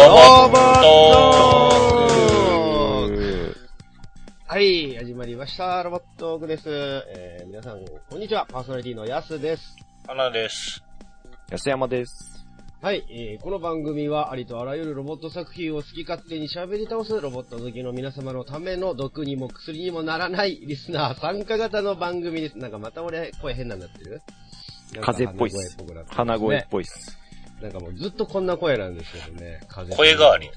ロボットはい、始まりました。ロボットークです。皆さん、こんにちは。パーソナリティのヤスです。 花です。 安山です。 はい、この番組はありとあらゆるロボット作品を好き勝手に喋り倒すロボット好きの皆様のための毒にも薬にもならないリスナー参加型の番組です。なんかまた俺声変なんなってる？ 風邪っぽいっす。鼻声っぽいっす。 なんかもうずっとこんな声なんですけどね。 声変わり。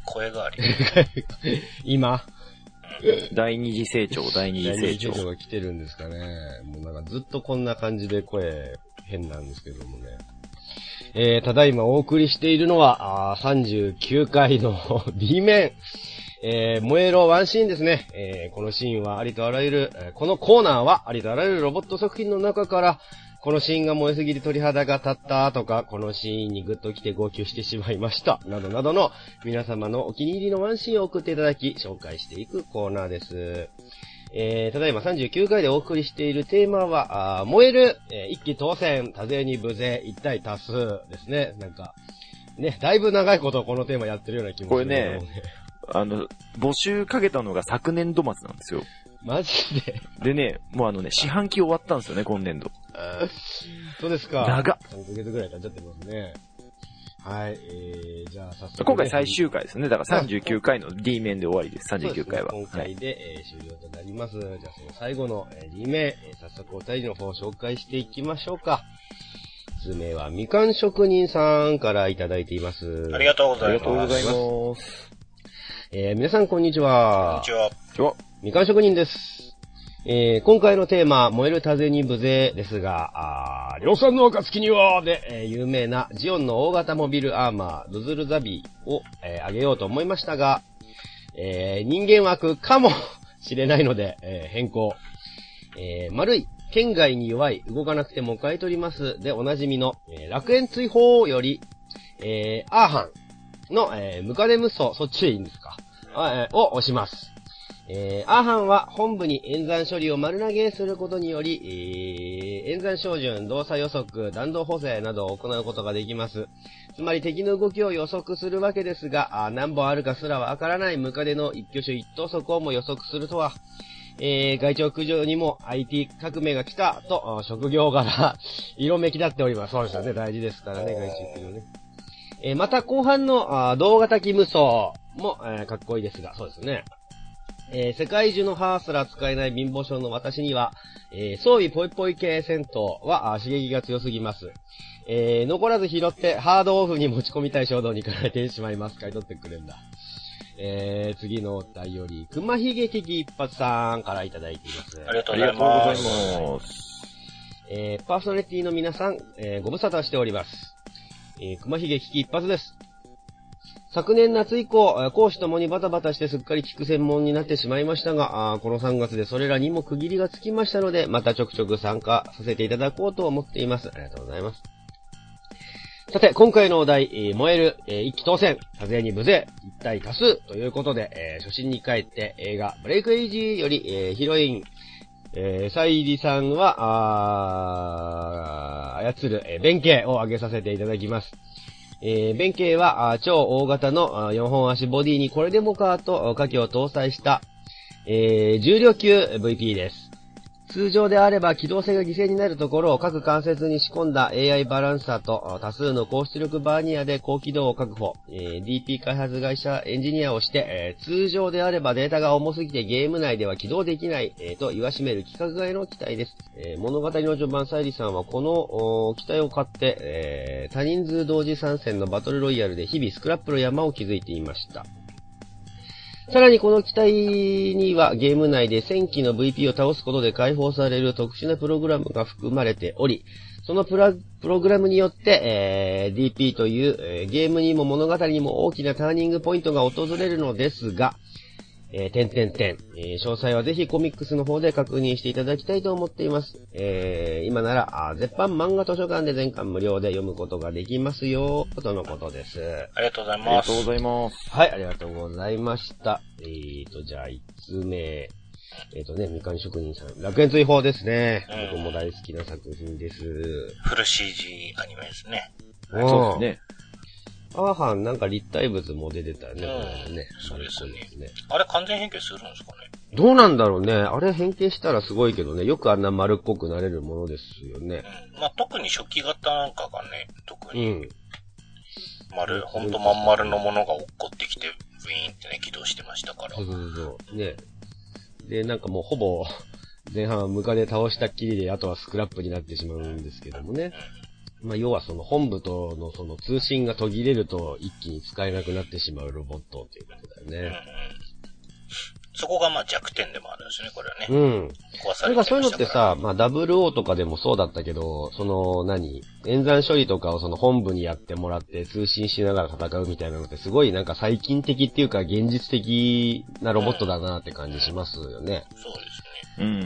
今第二次成長が来てるんですかね。もうなんかずっとこんな感じで声変なんですけどもね。ただいまお送りしているのは、39回の B 面、燃えろワンシーンですね。このシーンはありとあらゆる、このコーナーはありとあらゆるロボット作品の中から、このシーンが燃えすぎて鳥肌が立ったとか、このシーンにグッと来て号泣してしまいました。などなどの皆様のお気に入りのワンシーンを送っていただき、紹介していくコーナーです。ただいま39回でお送りしているテーマは、燃える、一気当選、多勢に無勢、一体多数ですね。なんか、ね、だいぶ長いことこのテーマやってるような気もする。 これね、募集かけたのが昨年度末なんですよ。 マジででね、もう四半期終わったんですよね、今年度。 そうですか。 長っ。 3ヶ月ぐらい経っちゃってますね。はい、じゃあ早速、ね。 今回最終回ですね。だから39回の D 面で終わりです、39回は。 今回で、終了となります。じゃあその最後の D 面、早速お便りの方を紹介していきましょうか。1つ目はみかん職人さんからいただいています。 ありがとうございます。 ありがとうございます。 皆さんこんにちは。 こんにちは。 みかん職人です。今回のテーマ、燃える多勢に無勢ですが、量産の暁には、で、有名なジオンの大型モビルアーマー、ルズルザビを、あげようと思いましたが、人間枠かもしれないので、変更。丸い、県外に弱い、動かなくても買い取ります。で、おなじみの、楽園追放より、アーハンの、ムカデムソ、そっちでいいんですか、を押します。アーハンは本部に演算処理を丸投げすることにより、演算照準、動作予測、弾道補正などを行うことができます。つまり敵の動きを予測するわけですが、何本あるかすらわからないムカデの一挙手一投足をも予測するとは、外鳥駆除にも IT 革命が来たと、職業柄、色めき立っております。そうですよね、大事ですからね、外鳥駆除ね。また後半の動画滝無双も、かっこいいですが、そうですね。世界中の歯すら使えない貧乏症の私には、装備ぽいぽい系戦闘は刺激が強すぎます。残らず拾ってハードオフに持ち込みたい衝動に駆られてしまいます。買い取ってくれんだ。次のお便り、熊ひげ危機一発さんからいただいています。 ありがとうございます。 パーソナリティの皆さん、ご無沙汰しております。熊ひげ危機一発です。昨年夏以降、講師ともにバタバタしてすっかり聞く専門になってしまいましたが、この3月でそれらにも区切りがつきましたので、またちょくちょく参加させていただこうと思っています。ありがとうございます。さて、今回のお題、燃える、一気当選、多勢に無勢、一体多数ということで、初心に帰って映画、ブレイクエイジーより、ヒロイン、サイリさんは、操る、弁慶を挙げさせていただきます。弁慶は超大型の4本足ボディにこれでもかと火器を搭載した、重量級 VP です。通常であれば機動性が犠牲になるところを各関節に仕込んだ AI バランサーと多数の高出力バーニアで高機動を確保、DP 開発会社エンジニアをして、通常であればデータが重すぎてゲーム内では起動できない、と言わしめる規格外の機体です。物語の序盤サイリさんはこの機体を買って、多人数同時参戦のバトルロイヤルで日々スクラップの山を築いていました。さらにこの機体にはゲーム内で1000機の VP を倒すことで解放される特殊なプログラムが含まれており、そのプログラムによって、DP という、ゲームにも物語にも大きなターニングポイントが訪れるのですが、詳細はぜひコミックスの方で確認していただきたいと思っています。今なら、絶版漫画図書館で全巻無料で読むことができますよ、とのことです。 ありがとうございます。 ありがとうございます。 はい、ありがとうございました。じゃあ、5つ目。みかん職人さん。楽園追放ですね。僕も大好きな作品です。 フル CG アニメですね。 そうですね。 アーハンなんか立体物も出てたよね、これね。 そうですね。あれ完全変形するんですかね？ どうなんだろうね。あれ変形したらすごいけどね。よくあんな丸っこくなれるものですよね。 まあ、特に初期型なんかがね、特に。ほんとまん丸のものが落っこってきて、ブイーンってね、起動してましたから。 そう。ね。で、なんかもうほぼ、前半はムカで倒したっきりで、あとはスクラップになってしまうんですけどもね。まあ、要はその本部とのその通信が途切れると一気に使えなくなってしまうロボットということだよね。 そこがまあ弱点でもあるんですね、これはね。 壊されてましたから。そういうのってさ、まあ WO とかでもそうだったけど、その演算処理とかをその本部にやってもらって通信しながら戦うみたいなのってすごいなんか最近的っていうか現実的なロボットだなって感じしますよね。 そうですね。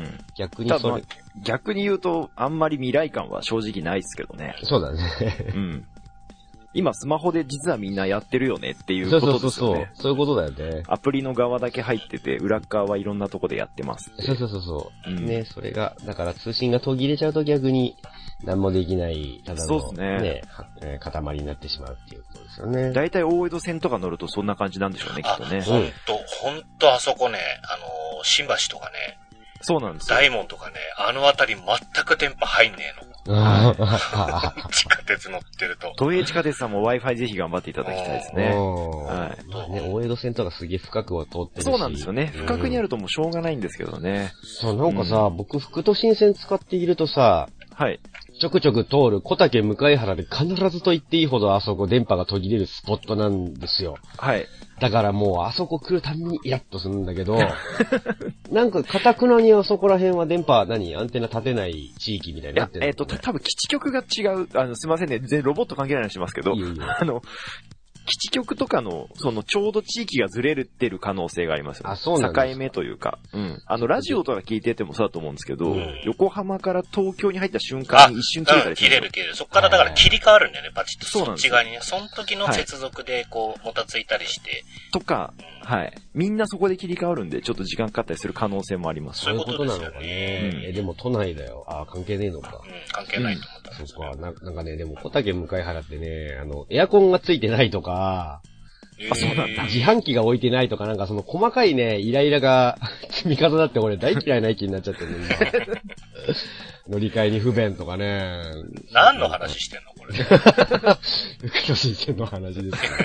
逆に言うと、あんまり未来感は正直ないですけどね。 そうだね。 今スマホで実はみんなやってるよねっていうことですよね。 そういうことだよね。 アプリの側だけ入ってて、裏側はいろんなとこでやってますって。 そう。ね、それが、だから通信が途切れちゃうと逆に何もできない、ただのね、塊になってしまうっていうことですよね。 だいたい大江戸線とか乗るとそんな感じなんでしょうね、きっとね。 ほんとあそこね、新橋とかね。 そうなんですよ。 大門とかね、あの辺り全く電波入んねえの。地下鉄乗ってると。 都営地下鉄さんも Wi-Fi ぜひ頑張っていただきたいですね。 はい。まあね、大江戸線とかすげえ深くを通ってるし。 そうなんですよね。深くにあるともうしょうがないんですけどね。 そう、なんかさ、僕、副都心線使っているとさ、 はい。 ちょくちょく通る小竹向原で必ずと言っていいほどあそこ電波が途切れるスポットなんですよ。 はい。 だからもうあそこ来るたびにイラッとするんだけど、なんか堅くなにあそこら辺は電波アンテナ立てない地域みたいになってる、ね。 多分基地局が違う。すいませんね。全然ロボット関係ない話しますけど、基地局とかの、ちょうど地域がずれてる可能性がありますよね。 そうなんですか。 境目というか。ラジオとか聞いててもそうだと思うんですけど、横浜から東京に入った瞬間に一瞬切れたりする。 切れる。そっからだから切り替わるんだよね、バチッと。そっち側にね。その時の接続でこう、もたついたりして。 とか、はい。みんなそこで切り替わるんで、ちょっと時間かかったりする可能性もあります。 そういうことなのかね。でも都内だよ。関係ねえのか。 関係ないと思った。 そっか。なんかね、でも小竹向原ってね、エアコンがついてないとか、 そうなんだ。 自販機が置いてないとか、なんかその細かいね、イライラが積み重なって俺大嫌いな駅になっちゃってるんだ。乗り換えに不便とかね。 何の話してんのこれ。 副都心線の話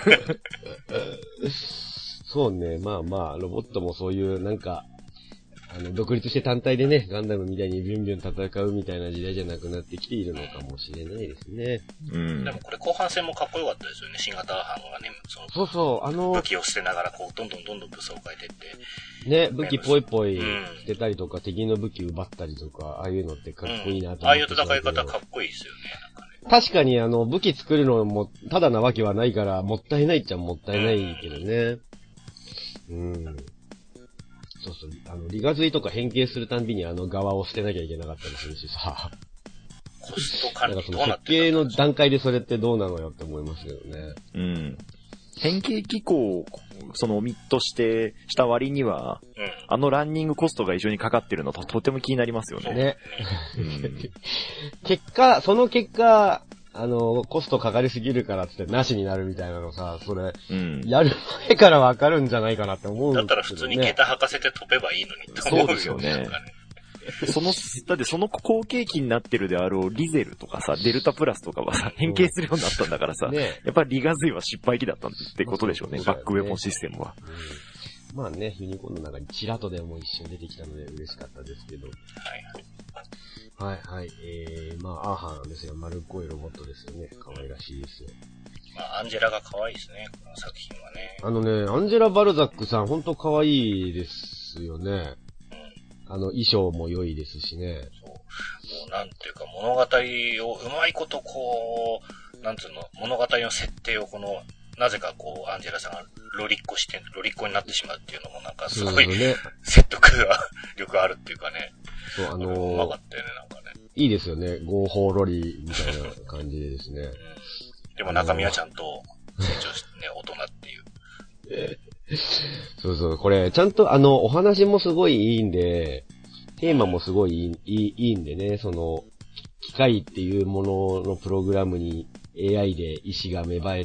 ですそうね、まあ、ロボットもそういうなんか、独立して単体でね、ガンダムみたいにビュンビュン戦うみたいな時代じゃなくなってきているのかもしれないですね。 でもこれ後半戦もかっこよかったですよね、新型班がね。 そう武器を捨てながらこう、どんどん武装を変えてって。 ね、武器ぽいぽい捨てたりとか、敵の武器奪ったりとか、ああいうのってかっこいいなと思って、 ああいう戦い方かっこいいですよね、なんかね。 確かに武器作るのも、ただなわけはないから、もったいないっちゃもったいないけどね。そう、リガズイとか変形するたんびに側を捨てなきゃいけなかったりするしさ。 コスト管理どうなってるんだろう。設計の段階でそれってどうなのよって思いますけどね。 変形機構を、オミットした割には、ランニングコストが異常にかかってるのとても気になりますよね。 その結果、コストかかりすぎるからってなしになるみたいなのさ、それ、やる前からわかるんじゃないかなって思うんですよね。 だったら普通に下駄履かせて飛べばいいのにって思うよ。 そうですよね。だってその後継機になってるであろうリゼルとかさ、デルタプラスとかはさ、変形するようになったんだからさ、やっぱりリガズイは失敗機だったってことでしょうね、バックウェポンシステムは。 まあね、ユニコーンの中にチラとでも一瞬出てきたので嬉しかったですけど。はい。まあ、アーハンですが、丸っこいロボットですよね。可愛らしいですよ。 まあ、アンジェラが可愛いですね、この作品はね。 アンジェラ・バルザックさん、ほんと可愛いですよね。衣装も良いですしね。 そう。もうなんていうか、物語をうまいことこう、なんつうの、物語の設定をなぜかこう、アンジェラさんがロリッコになってしまうっていうのもなんかすごい、説得力あるっていうかね。 そう、 うまかったよね、なんかね。 いいですよね。合法ロリみたいな感じでですね。 でも中身はちゃんと成長してね、大人っていう。 そう、これ、ちゃんとお話もすごいいいんで、テーマもすごいいいんでね、機械っていうもののプログラムに AI で意志が芽生え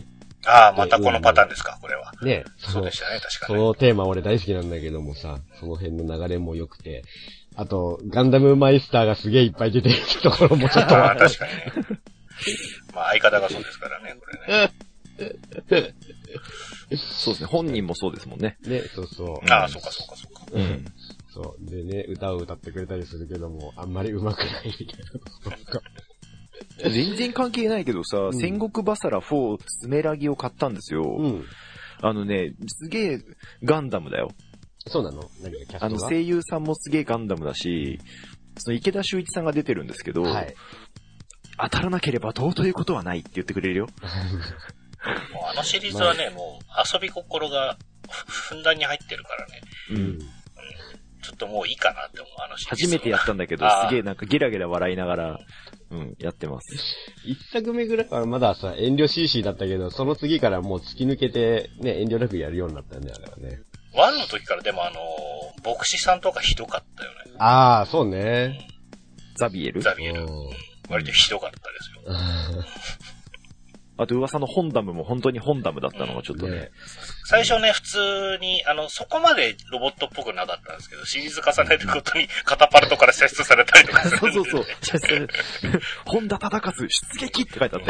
ああ、またこのパターンですか、これは。 ね。 そうでしたね、確かに。 そのテーマ俺大好きなんだけどもさ、その辺の流れも良くて、あと、ガンダムマイスターがすげえいっぱい出てるところもちょっと。 ああ、確かにね。まあ相方がそうですからね、これね。 そうですね、本人もそうですもんね。 ね、そうそう。 ああ、そうか。 うん。そう。でね、歌を歌ってくれたりするけども、あんまり上手くないみたいな。 全然関係ないけどさ、戦国バサラ4スメラギを買ったんですよ。すげえガンダムだよ。 そうなの？何かキャストが？ 声優さんもすげえガンダムだし、その池田修一さんが出てるんですけど、はい、当たらなければどうということはないって言ってくれるよ。 もうシリーズはね、もう遊び心がふんだんに入ってるからね。ちょっともういいかなって思う、シリーズ。 初めてやったんだけど、すげえなんかゲラゲラ笑いながら、やってます。 一作目ぐらいはまださ、遠慮 CC だったけど、その次からもう突き抜けて、ね、遠慮なくやるようになったんだよね。 1の時からでも牧師さんとかひどかったよね。 ああ、そうね。 ザビエル。 割とひどかったですよ。 あと噂のホンダムも本当にホンダムだったのがちょっとね。 最初ね、普通に、そこまでロボットっぽくなかったんですけど、シリーズ重ねることにカタパルトから射出されたりとかする。 そう。射出本田忠勝出撃って書いてあって。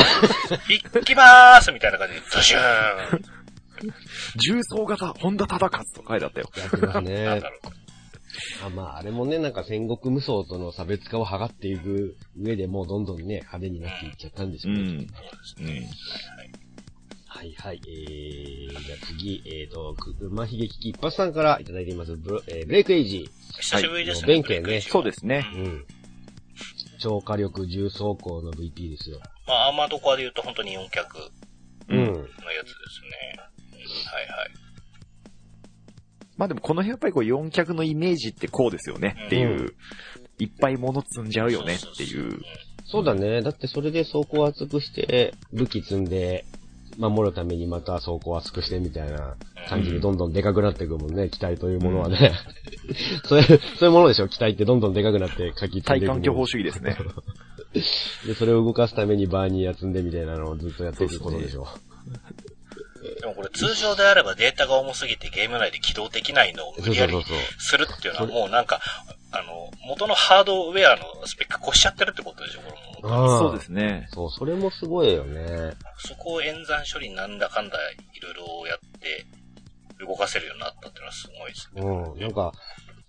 行きまーすみたいな感じで、ドシューン。 重装型本田忠勝と書いてあったよ。 やってますね。あれもね、なんか戦国無双との差別化を図っていく上でもうどんどんね、派手になっていっちゃったんでしょうね。はい。じゃあ次、馬悲劇一発さんからいただいています。ブレイクエイジ。 久しぶりですね。 弁慶ね。 そうですね。 超火力重装甲の VP ですよ。 まあ、アーマードコアで言うと本当に4脚のやつですね。はい。 まあでもこの辺やっぱり4脚のイメージってこうですよねっていう、いっぱい物積んじゃうよねっていう。 そうだね。だってそれで装甲厚くして武器積んで守るためにまた装甲厚くしてみたいな感じでどんどんでかくなっていくもんね、機体というものはね。そういうものでしょ、機体ってどんどんでかくなって書き積んでいく。 体感巨峰主義ですね。 で、それを動かすためにバーニー積んでみたいなのをずっとやっていくことでしょ。 でもこれ通常であればデータが重すぎてゲーム内で起動できないのを無理やりするっていうのはもうなんか、元のハードウェアのスペック越しちゃってるってことでしょ、これも。 そうですね。 そう、それもすごいよね。 そこを演算処理なんだかんだいろいろやって動かせるようになったっていうのはすごいですね。 なんか、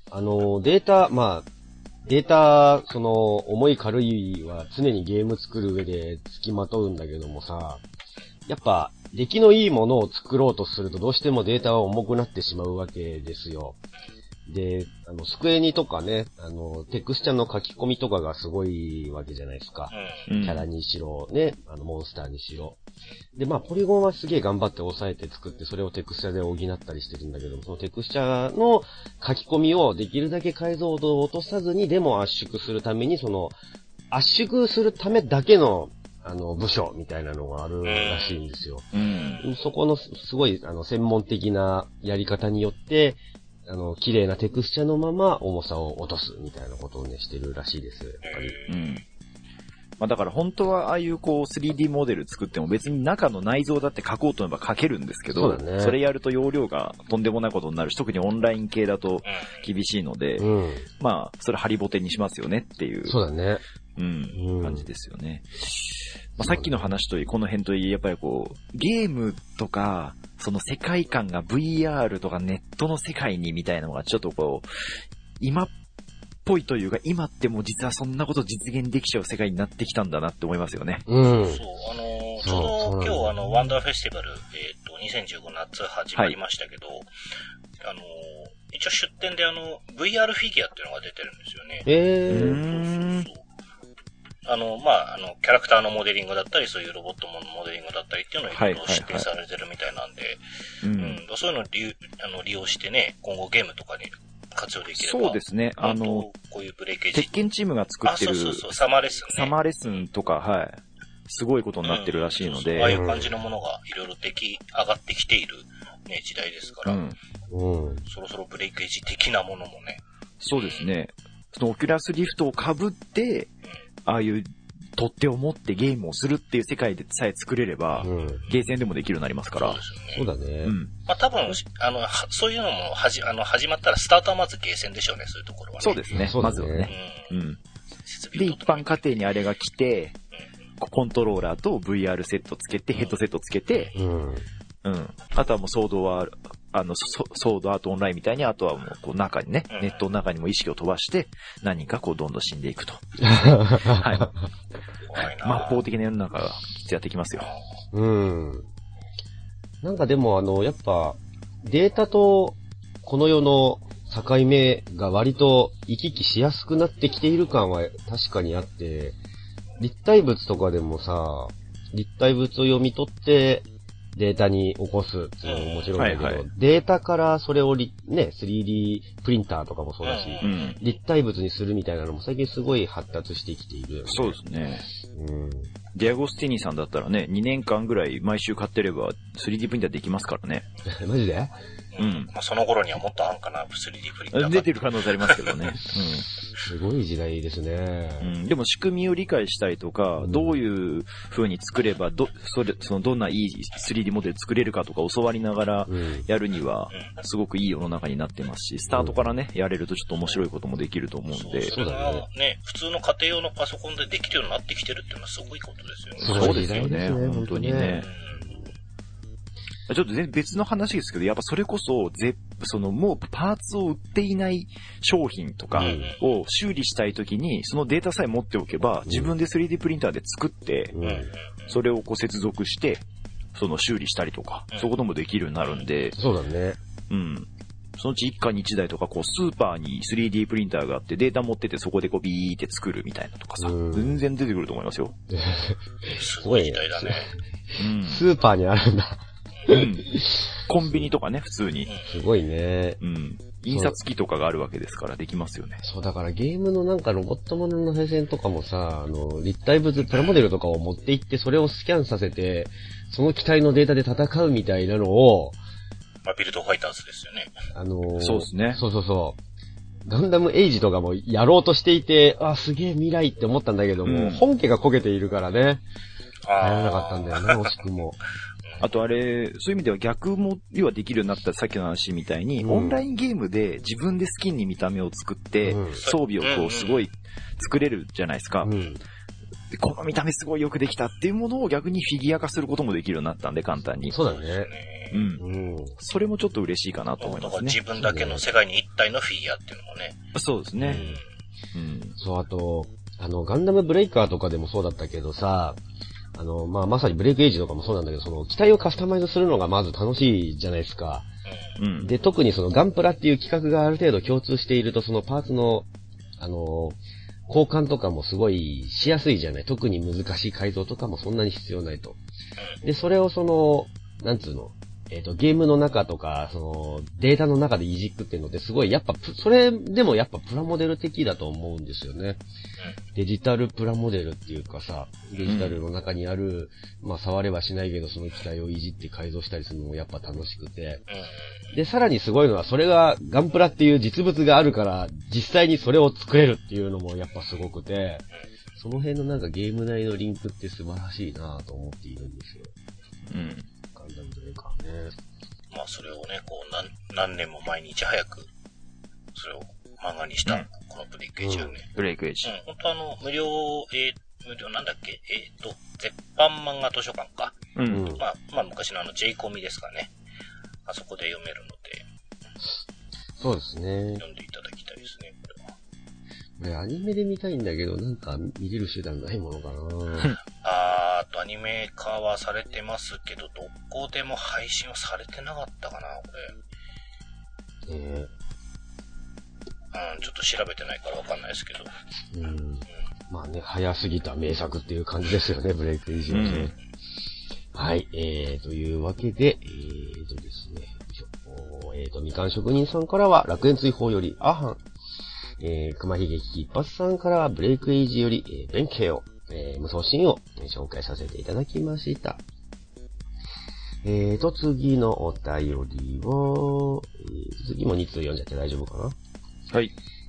データ、重い軽いは常にゲーム作る上で付きまとうんだけどもさ、やっぱ、出来のいいものを作ろうとするとどうしてもデータは重くなってしまうわけですよ。で、スクエニとかね、テクスチャの書き込みとかがすごいわけじゃないですか。キャラにしろ、ね、モンスターにしろ。で、ポリゴンはすげえ頑張って抑えて作って、それをテクスチャで補ったりしてるんだけど、そのテクスチャの書き込みをできるだけ解像度を落とさずにでも圧縮するために、圧縮するためだけの、部署みたいなのがあるらしいんですよ。そこのすごい、専門的なやり方によって、綺麗なテクスチャのまま重さを落とすみたいなことをね、してるらしいです、やっぱり。 だから本当はああいう3D モデル作っても別に中の内臓だって書こうと思えば書けるんですけど、それやると容量がとんでもないことになるし、特にオンライン系だと厳しいので、それハリボテにしますよねっていう。 そうだね。 感じですよね。さっきの話といい、この辺といい、やっぱりゲームとか、その世界観が VR とかネットの世界にみたいなのがちょっと今っぽいというか、今ってもう実はそんなこと実現できちゃう世界になってきたんだなって思いますよね。 ちょうど今日ワンダーフェスティバル、2015夏始まりましたけど、一応出展でVR フィギュアっていうのが出てるんですよね。キャラクターのモデリングだったり、そういうロボットのモデリングだったりっていうのをいろいろ出展されてるみたいなんで、そういうのを利用してね、今後ゲームとかに活用できれば。 そうですね。 こういうブレイケージ。 鉄拳チームが作ってる。 サマーレッスンね。 サマーレッスンとか、すごいことになってるらしいので。 ああいう感じのものがいろいろ出来上がってきているね、時代ですから、そろそろブレイクエッジ的なものもね。 そうですね。そのオキュラスリフトを被って、ああいう取っ手を持ってゲームをするっていう世界でさえ作れれば、ゲーセンでもできるようになりますから。 そうだね。 まあ多分、そういうのも始まったらスタートはまずゲーセンでしょうね、そういうところはね。 そうですね。まずはね。で、一般家庭にあれが来て、コントローラーと VR セットつけて、ヘッドセットつけて、あとはもうソードアートオンラインみたいに、あとはもうこう中にね、ネットの中にも意識を飛ばして、何かこうどんどん死んでいくと。はい。末法的な世の中がやってきますよ。 なんかでもやっぱ、データとこの世の境目が割と行き来しやすくなってきている感は確かにあって、立体物とかでもさ、立体物を読み取ってデータに起こすっていうのももちろんだけど、データからそれを3D プリンターとかもそうだし、立体物にするみたいなのも最近すごい発達してきているよね。 そうですね。ディアゴスティーニさんだったらね、2年間ぐらい毎週買ってれば 3D プリンターできますからね。 マジで？ その頃にはもっとあるかな、3D プリンター。 出てる可能性ありますけどね。 すごい時代ですね。 でも仕組みを理解したりとか、どういう風に作れば、どんないい 3D モデル作れるかとか教わりながらやるには、すごくいい世の中になってますし、スタートからね、やれるとちょっと面白いこともできると思うんで。 そうだね。普通の家庭用のパソコンでできるようになってきてるっていうのはすごいことですよね。 そうですよね、本当にね。ちょっと別の話ですけど、やっぱそれこそ、もうパーツを売っていない商品とかを修理したいときに、そのデータさえ持っておけば、自分で 3D プリンターで作って、それをこう接続して、修理したりとか、そういうこともできるようになるんで。 そうだね。 そのうち一家に一台とか、こう、スーパーに 3D プリンターがあって、データ持っててそこでこうビーって作るみたいなとかさ、全然出てくると思いますよ。 すごい時代だね。 スーパーにあるんだ。 コンビニとかね、普通に。 すごいね。 印刷機とかがあるわけですからできますよね。 そう、だからゲームのなんかロボットものの配線とかもさ、立体物、プラモデルとかを持って行って、それをスキャンさせて、その機体のデータで戦うみたいなのを、 ビルドファイターズですよね。 そうですね。 そう。ガンダムエイジとかもやろうとしていて、すげえ未来って思ったんだけども、本家が焦げているからね。やらなかったんだよね、惜しくも。 あとあれ、そういう意味では逆も、要はできるようになったさっきの話みたいに、オンラインゲームで自分で好きに見た目を作って、装備をこうすごい作れるじゃないですか。でこの見た目すごいよくできたっていうものを逆にフィギュア化することもできるようになったんで、簡単に。 そうだね。 それもちょっと嬉しいかなと思いますね。 だから自分だけの世界に一体のフィギュアっていうのもね。 そうですね。 そう、あと、ガンダムブレイカーとかでもそうだったけどさ、まさにブレイクエイジとかもそうなんだけど、機体をカスタマイズするのがまず楽しいじゃないですか。で、特にガンプラっていう企画がある程度共通していると、そのパーツの、交換とかもすごいしやすいじゃない。特に難しい改造とかもそんなに必要ないと。で、それをなんつうの、ゲームの中とか、データの中でいじくっていうのってすごい、やっぱ、それでもやっぱプラモデル的だと思うんですよね。デジタルプラモデルっていうかさ、デジタルの中にある、触れはしないけどその機体をいじって改造したりするのもやっぱ楽しくて。で、さらにすごいのは、それがガンプラっていう実物があるから、実際にそれを作れるっていうのもやっぱすごくて、その辺のなんかゲーム内のリンクって素晴らしいなぁと思っているんですよ。ガンダムブレイカーね。 それをね、こう、何年も毎日早く、それを漫画にした、このブレイクエイジはね。 ブレイクエイジ。 本当無料なんだっけ、絶版漫画図書館か。昔のJ コミですかね。あそこで読めるので。 そうですね。 読んでいただきたいですね、これは。 アニメで見たいんだけど、なんか見れる手段ないものかなアニメ化はされてますけど、どこでも配信はされてなかったかな、これ。ちょっと調べてないからわかんないですけど。 早すぎた名作っていう感じですよね、ブレイクエイジはね。はい、というわけで、ですね、みかん職人さんからは楽園追放よりアハン、熊ひげき一発さんからはブレイクエイジより、弁慶を、無双シーンを紹介させていただきました。次のお便りを、次も2通読んじゃって大丈夫かな？ はい。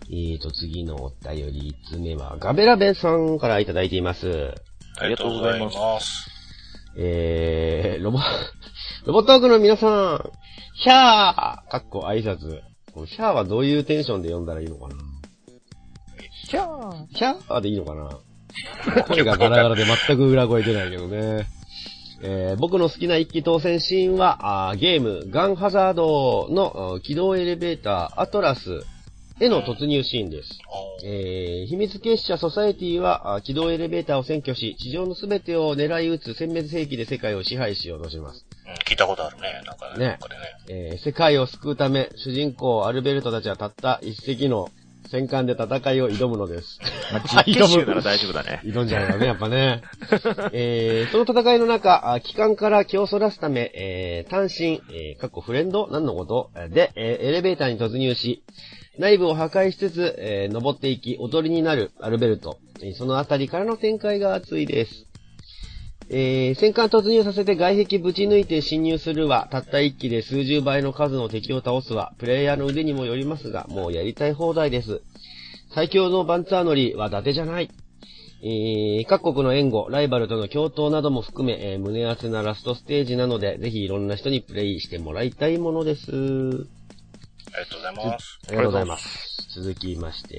次のお便り5つ目は、ガベラベさんからいただいています。 ありがとうございます。 ロボットワークの皆さん、ヒャーかっこ挨拶。ヒャーはどういうテンションで読んだらいいのかな？ ヒャーヒャーでいいのかな？声がガラガラで全く裏声出ないけどね。僕の好きな一気当選シーンは、ゲーム、ガンハザードの起動エレベーター、アトラスへの突入シーンです。秘密結社ソサエティは、起動エレベーターを占拠し、地上のすべてを狙い撃つ殲滅兵器で世界を支配しようとします。 聞いたことあるね、なんかね。 世界を救うため、主人公アルベルトたちはたった一隻の戦艦で戦いを挑むのです。 実験集なら大丈夫だね。 挑んじゃうよね、やっぱね。その戦いの中、機関から気をそらすため、単身、フレンド何のことで、エレベーターに突入し、内部を破壊しつつ、登っていき、踊りになるアルベルト。そのあたりからの展開が熱いです。戦艦突入させて外壁ぶち抜いて侵入するは、たった一機で数十倍の数の敵を倒すは、プレイヤーの腕にもよりますが、もうやりたい放題です。最強のバンツァー乗りは伊達じゃない。各国の援護、ライバルとの共闘なども含め、胸熱なラストステージなので、ぜひいろんな人にプレイしてもらいたいものです。 ありがとうございます。 ありがとうございます。続きまして、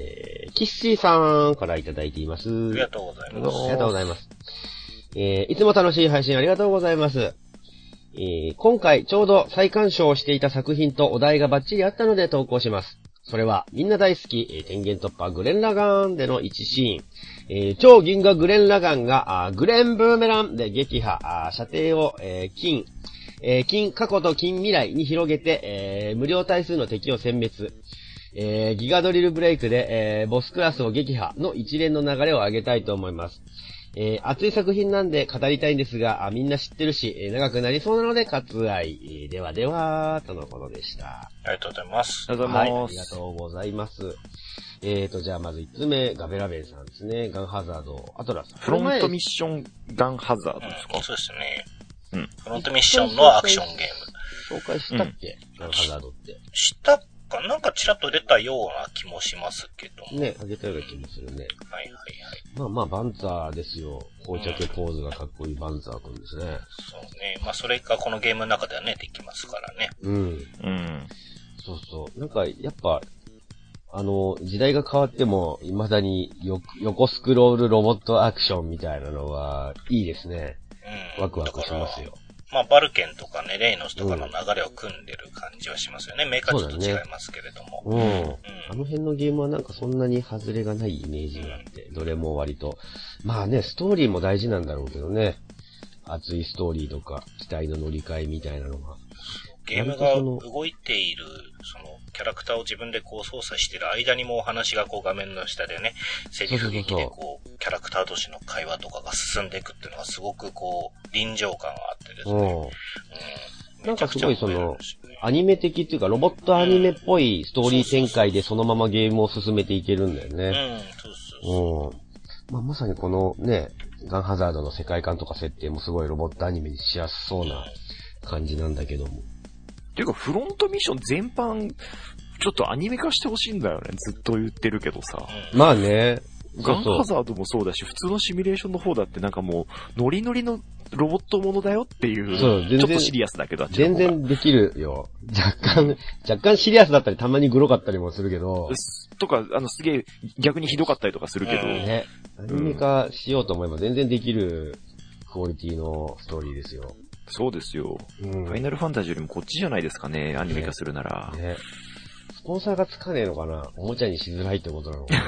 キッシーさんからいただいています。 ありがとうございます。 ありがとうございます。いつも楽しい配信ありがとうございます。今回ちょうど再鑑賞していた作品とお題がバッチリあったので投稿します。それはみんな大好き、天元突破グレンラガンでの一シーン。超銀河グレンラガンがグレンブーメランで撃破、射程を過去と近未来に広げて、無料対数の敵を殲滅。ギガドリルブレイクで、ボスクラスを撃破の一連の流れを上げたいと思います。熱い作品なんで語りたいんですが、みんな知ってるし、長くなりそうなので割愛。ではでは、とのことでした。 ありがとうございます。 ありがとうございます。はい、ありがとうございます。じゃあまず1つ目、ガベラベンさんですね。ガンハザード、アトラス。 フロントミッションガンハザードですか？ そうですね。フロントミッションのアクションゲーム。紹介したっけ？ガンハザードって。 したかなんかちらっと出たような気もしますけども。 ね、あげたような気もするね。 はいはいはい。 まあ、バンツァーですよ。紅茶系ポーズがかっこいいバンツァーくんですね。 そうね。まあ、それがこのゲームの中ではね、できますからね。 そうそう。なんか、やっぱ、時代が変わっても、未だに横スクロールロボットアクションみたいなのは、いいですね。ワクワクしますよ。 まあ、バルケンとかね、レイノスとかの流れを組んでる感じはしますよね。メーカーちょっと違いますけれども。 あの辺のゲームはなんかそんなに外れがないイメージがあって、どれも割と。まあね、ストーリーも大事なんだろうけどね。熱いストーリーとか、期待の乗り換えみたいなのが。 ゲームが動いている、キャラクターを自分でこう操作している間にもお話がこう画面の下でね、セリフ劇でこう、キャラクター同士の会話とかが進んでいくっていうのがすごくこう、臨場感があってですね。 なんかすごいアニメ的っていうかロボットアニメっぽいストーリー展開でそのままゲームを進めていけるんだよね。まあまさにこのね、ガンハザードの世界観とか設定もすごいロボットアニメにしやすそうな感じなんだけども。 ていうか、フロントミッション全般、ちょっとアニメ化してほしいんだよね。ずっと言ってるけどさ。 まあね。 ガンハザードもそうだし、普通のシミュレーションの方だってなんかもう、ノリノリのロボットものだよっていう、ちょっとシリアスだけど、 全然できるよ。若干シリアスだったり、たまにグロかったりもするけど。 とか、すげえ、逆にひどかったりとかするけど。 ね。アニメ化しようと思えば全然できるクオリティのストーリーですよ。 そうですよ。ファイナルファンタジーよりもこっちじゃないですかね、アニメ化するなら。ね。 スポンサーがつかねえのかな？おもちゃにしづらいってことなのか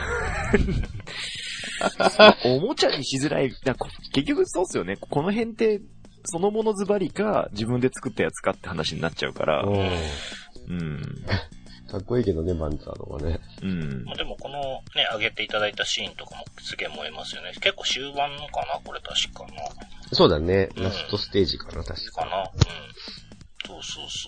なおもちゃにしづらい。結局そうっすよね。この辺って、そのものズバリか、自分で作ったやつかって話になっちゃうから。 かっこいいけどね、バンツァーとかね。 まあ、でもこのね、上げていただいたシーンとかもすげえ燃えますよね。結構終盤のかなこれ確かな。 そうだね。ラストステージかな、確か。 そうそうそう。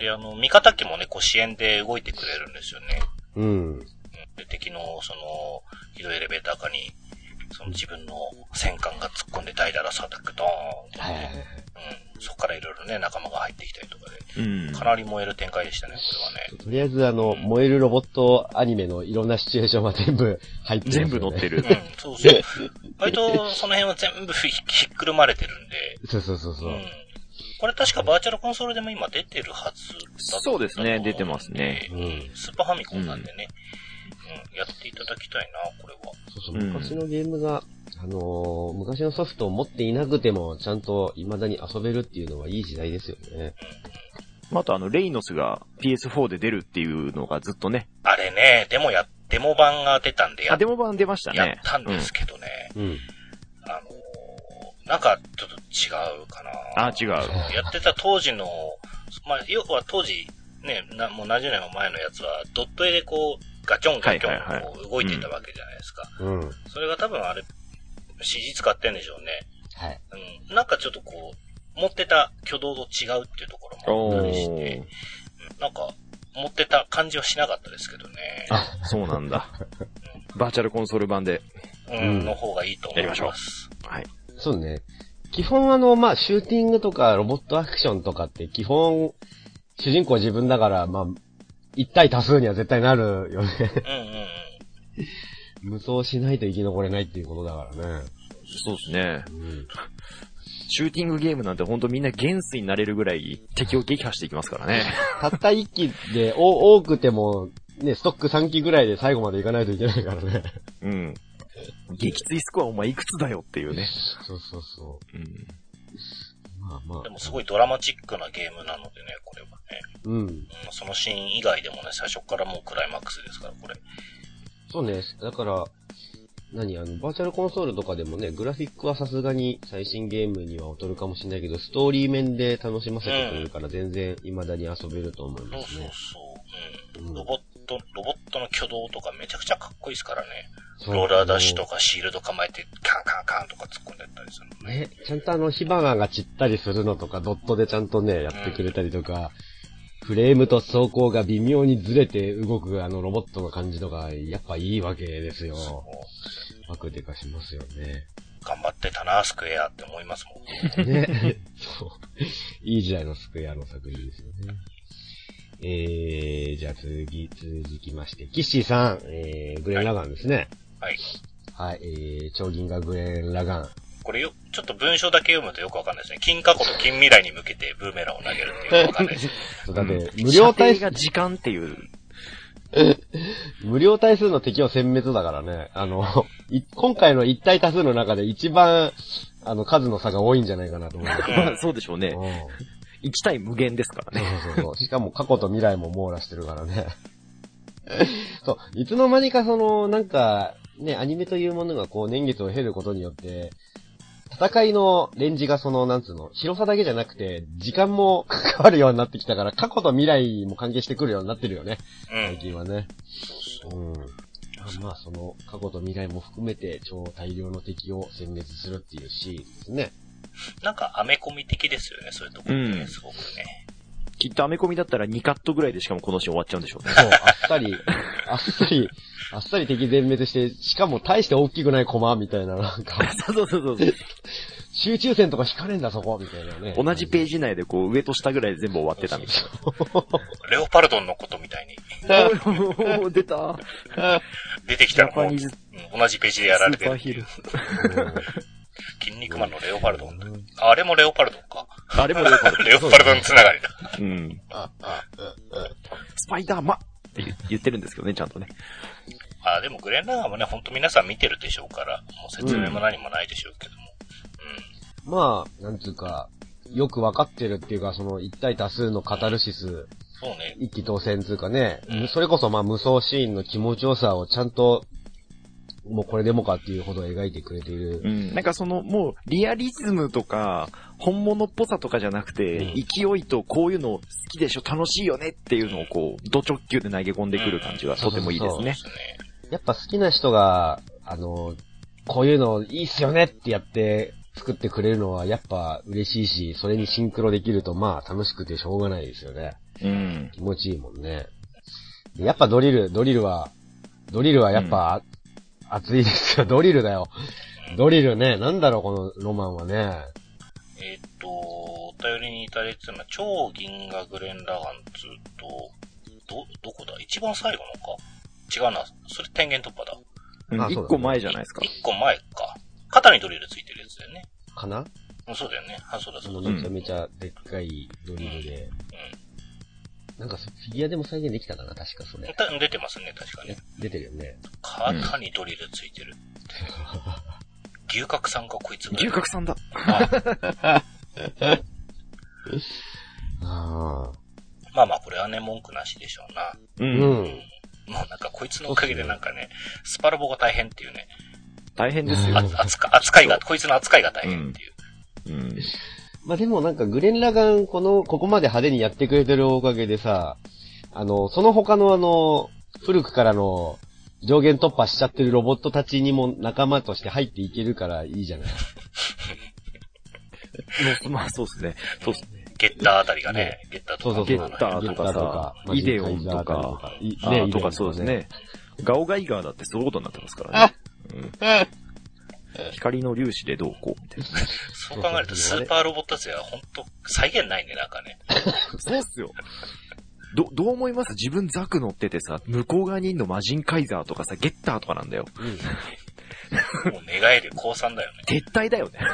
で、味方機もね、こう支援で動いてくれるんですよね。で、敵の、起動エレベーター下に、自分の戦艦が突っ込んでダイダラスアタックドーンって、ね。そこからいろいろね、仲間が入ってきたりとかで、かなり燃える展開でしたね、ことりあえず燃えるロボットアニメのいろんなシチュエーションは全部入ってる、ね。 全部載ってる。 うん、そうそう。割とその辺は全部ひっくるまれてるんで。 そうそうそうそう。 これ確かバーチャルコンソールでも今出てるはずだったそうですね、出てますね。 スーパーファミコンなんでね。やっていただきたいな、これは。 そうそう、昔のゲームが、昔のソフトを持っていなくても、ちゃんと未だに遊べるっていうのはいい時代ですよね。 あとレイノスが PS4 で出るっていうのがずっとね。 あれね、デモ版が出たんでデモ版出ましたね。 やったんですけどね。なんかちょっと違うかな。 違う。 やってた当時の、要は当時、ね、もう何十年も前のやつは、ドット絵でこう、ガチョンガチョンこう動いてたわけじゃないですか。それが多分あれ、CG 使ってんでしょうね。 はい。 なんかちょっとこう、持ってた挙動と違うっていうところもあったりして、なんか、持ってた感じはしなかったですけどね。 そうなんだ。バーチャルコンソール版で。 の方がいいと思います。 やりましょう。はい。 そうね。基本シューティングとかロボットアクションとかって基本、主人公自分だから、一対多数には絶対なるよね。無双しないと生き残れないっていうことだからね。 そうですね。シューティングゲームなんてほんとみんな元帥になれるぐらい敵を撃破していきますからね。 たった1機で、多くても、ね、ストック3機ぐらいで最後までいかないといけないからね。 撃墜スコアお前いくつだよっていうね。 そうそうそう。 でもすごいドラマチックなゲームなのでね、これはね。そのシーン以外でもね、最初からもうクライマックスですから、これ。 そうね。だから、バーチャルコンソールとかでもね、グラフィックはさすがに最新ゲームには劣るかもしれないけど、ストーリー面で楽しませてくれるから全然未だに遊べると思いますね。 ロボットの挙動とかめちゃくちゃかっこいいですからね。ローラーダッシュとかシールド構えてカンカンカンとか突っ込んでったりするのね。 ちゃんと火花が散ったりするのとか、ドットでちゃんとね、やってくれたりとか、フレームと走行が微妙にずれて動くロボットの感じとか、やっぱいいわけですよ。ワクデカしますよね。 頑張ってたな、スクエアって思いますもんね。そう。いい時代のスクエアの作品ですよね。じゃあ続きまして、キッシーさん、グレンラガンですね。 はい。 はい、超銀河グレンラガン。 これちょっと文章だけ読むとよくわかんないですね。金過去と近未来に向けてブーメランを投げるっていうのわかんないです。 だって、無料対数が時間っていう。 無料対数の敵を殲滅だからね。今回の一対多数の中で一番、数の差が多いんじゃないかなと思います。 そうでしょうね。1対無限ですからね。 そう。しかも過去と未来も網羅してるからね。そう。いつの間にかなんか、ね、アニメというものがこう年月を経ることによって、戦いのレンジが広さだけじゃなくて、時間も関わるようになってきたから、過去と未来も関係してくるようになってるよね。最近はね。過去と未来も含めて、超大量の敵を殲滅するっていうシーンですね。 なんか、アメコミ的ですよね、そういうところね、すごくね。 きっとアメコミだったら2カットぐらいでしかもこのシーン終わっちゃうんでしょうね。 そう、あっさり敵全滅して、しかも大して大きくないコマみたいな、なんか。 そう。 集中線とか引かれんだそこみたいなね。 同じページ内でこう上と下ぐらいで全部終わってたみたいな。 レオパルドンのことみたいに。 出た。 出てきたらもう、同じページでやられてる。 スーパーヒル。 筋肉マンのレオパルドン。あれもレオパルドンか。 あれもレオパルドン。 レオパルドンつながりだ。 スパイダーマンって言ってるんですけどね、ちゃんとね。 でもグレンラガンもね、ほんと皆さん見てるでしょうから、もう説明も何もないでしょうけども。 なんつうか、よくわかってるっていうか、一対多数のカタルシス。 そうね。 一気当選つうかね、それこそ無双シーンの気持ちよさをちゃんと、もうこれでもかっていうほど描いてくれている。 なんかもう、リアリズムとか、本物っぽさとかじゃなくて、勢いとこういうの好きでしょ、楽しいよねっていうのをこう、ド直球で投げ込んでくる感じはとてもいいですね。 やっぱ好きな人が、こういうのいいっすよねってやって作ってくれるのはやっぱ嬉しいし、それにシンクロできると楽しくてしょうがないですよね。気持ちいいもんね。やっぱドリルはやっぱ、熱いですよ。ドリルだよ。ドリルね。なんだろう、このロマンはね。 お便りにいただいてたのは、超銀河グレンラガン2と、 どこだ一番最後のか違うな。それ天元突破だ。 一個前じゃないですか。 一個前か。肩にドリルついてるやつだよね。 かな？ そうだよね。そうだ。 めちゃめちゃでっかいドリルで。なんかフィギュアでも再現できたかな確かそれ。 出てますね、確かに。 出てるよね。 肩にドリルついてる。牛角さんかこいつ。 牛角さんだ。 まあこれはね、文句なしでしょうな。もうなんかこいつのおかげでなんかね、スパロボが大変っていうね。 大変ですよ。 扱いが、こいつの扱いが大変っていう。 まあでもなんかグレン・ラガンここまで派手にやってくれてるおかげでさ、その他の古くからの上限突破しちゃってるロボットたちにも仲間として入っていけるからいいじゃない。 まあそうですね。そうですね。 ゲッターあたりがね、ゲッターとか。 ゲッターとかさ、イデオンとか、とかそうですね。ガオガイガーだってそういうことになってますからね。光の粒子でどうこうみたいなね。 そう考えるとスーパーロボット勢はほんと再現ないね、なんかね。 そうっすよ。どう思います？自分ザク乗っててさ、向こう側にいるのマジンカイザーとかさ、ゲッターとかなんだよ。 もう願える降参だよね。 撤退だよね。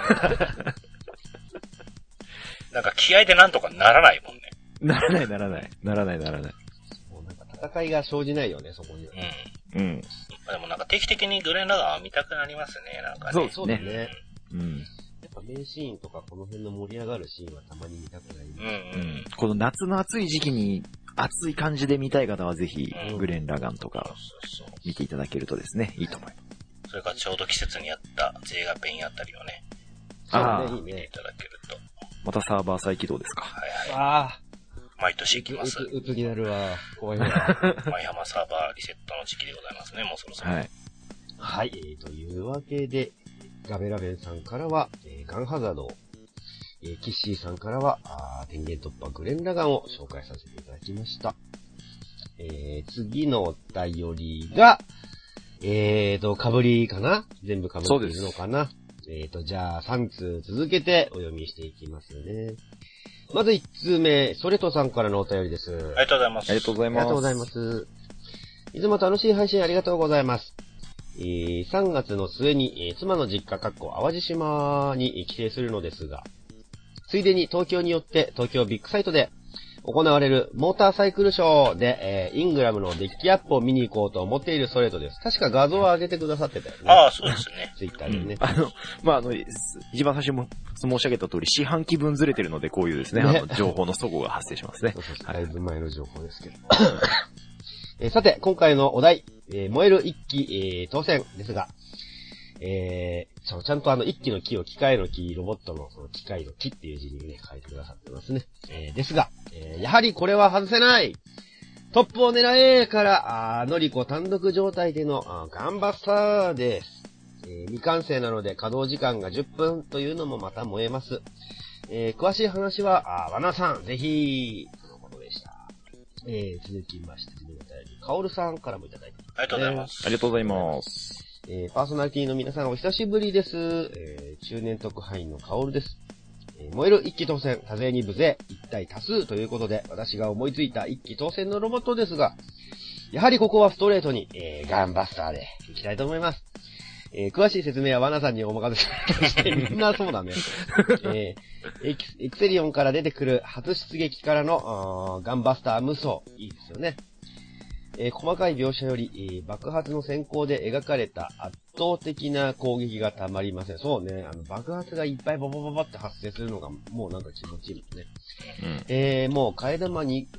なんか気合でなんとかならないもんね。 ならない。 もうなんか戦いが生じないよね、そこには。 でもなんか定期的にグレン・ラガンは見たくなりますね、なんかね。 そうですね。やっぱ名シーンとかこの辺の盛り上がるシーンはたまに見たくなります。 この夏の暑い時期に暑い感じで見たい方はぜひ、グレン・ラガンとか見ていただけるとですね、いいと思います。 それからちょうど季節にやったゼーガペンあたりをね、見ていただけると。 またサーバー再起動ですか。 毎年行きます。 うつになるわ。怖いわ。 舞浜サーバーリセットの時期でございますね、もうそろそろ。 はい。というわけで、ガベラベンさんからは、ガンハザード、キッシーさんからは、天元突破グレン・ラガンを紹介させていただきました。次のお便りが、かぶりかな？全部かぶっているのかな？じゃあ3通続けてお読みしていきますね。まず1通目、ソレトさんからのお便りです。 ありがとうございます。 ありがとうございます。 いつも楽しい配信ありがとうございます。3月の末に、妻の実家淡路島に帰省するのですが、ついでに東京によって東京ビッグサイトで行われるモーターサイクルショーで、イングラムのデッキアップを見に行こうと思っているストレートです。確か画像を上げてくださってたよね。 そうですね。 ツイッターでね。 一番最初も申し上げた通り、四半期分ずれてるので、こういうですね、情報の齟齬が発生しますね。 そうだいぶ前の情報ですけど。さて、今回のお題、燃える一機、当選ですが、ちゃんと一機の木を機械の木、ロボットのその機械の木っていう字にね、書いてくださってますね。ですが、やはりこれは外せない。トップを狙えからのりこ単独状態でのガンバスターです。未完成なので稼働時間が10分というのもまた燃えます。詳しい話は、ワナさん、ぜひ、とのことでした。続きまして、次のお便り、カオルさんからもいただいてます、 ありがとうございます。 ありがとうございます。 パーソナリティの皆さんお久しぶりです。中年特派員のカオルです。燃える一機当選、多勢に無勢、一体多数ということで、私が思いついた一機当選のロボットですが、やはりここはストレートに、ガンバスターでいきたいと思います。詳しい説明はワナさんにお任せして、みんなそうだね。エクセリオンから出てくる初出撃からのガンバスター無双、いいですよね。細かい描写より、爆発の先行で描かれた圧倒的な攻撃がたまりません。そうね、爆発がいっぱいババババって発生するのがもうなんか気持ちいいね。もう替え玉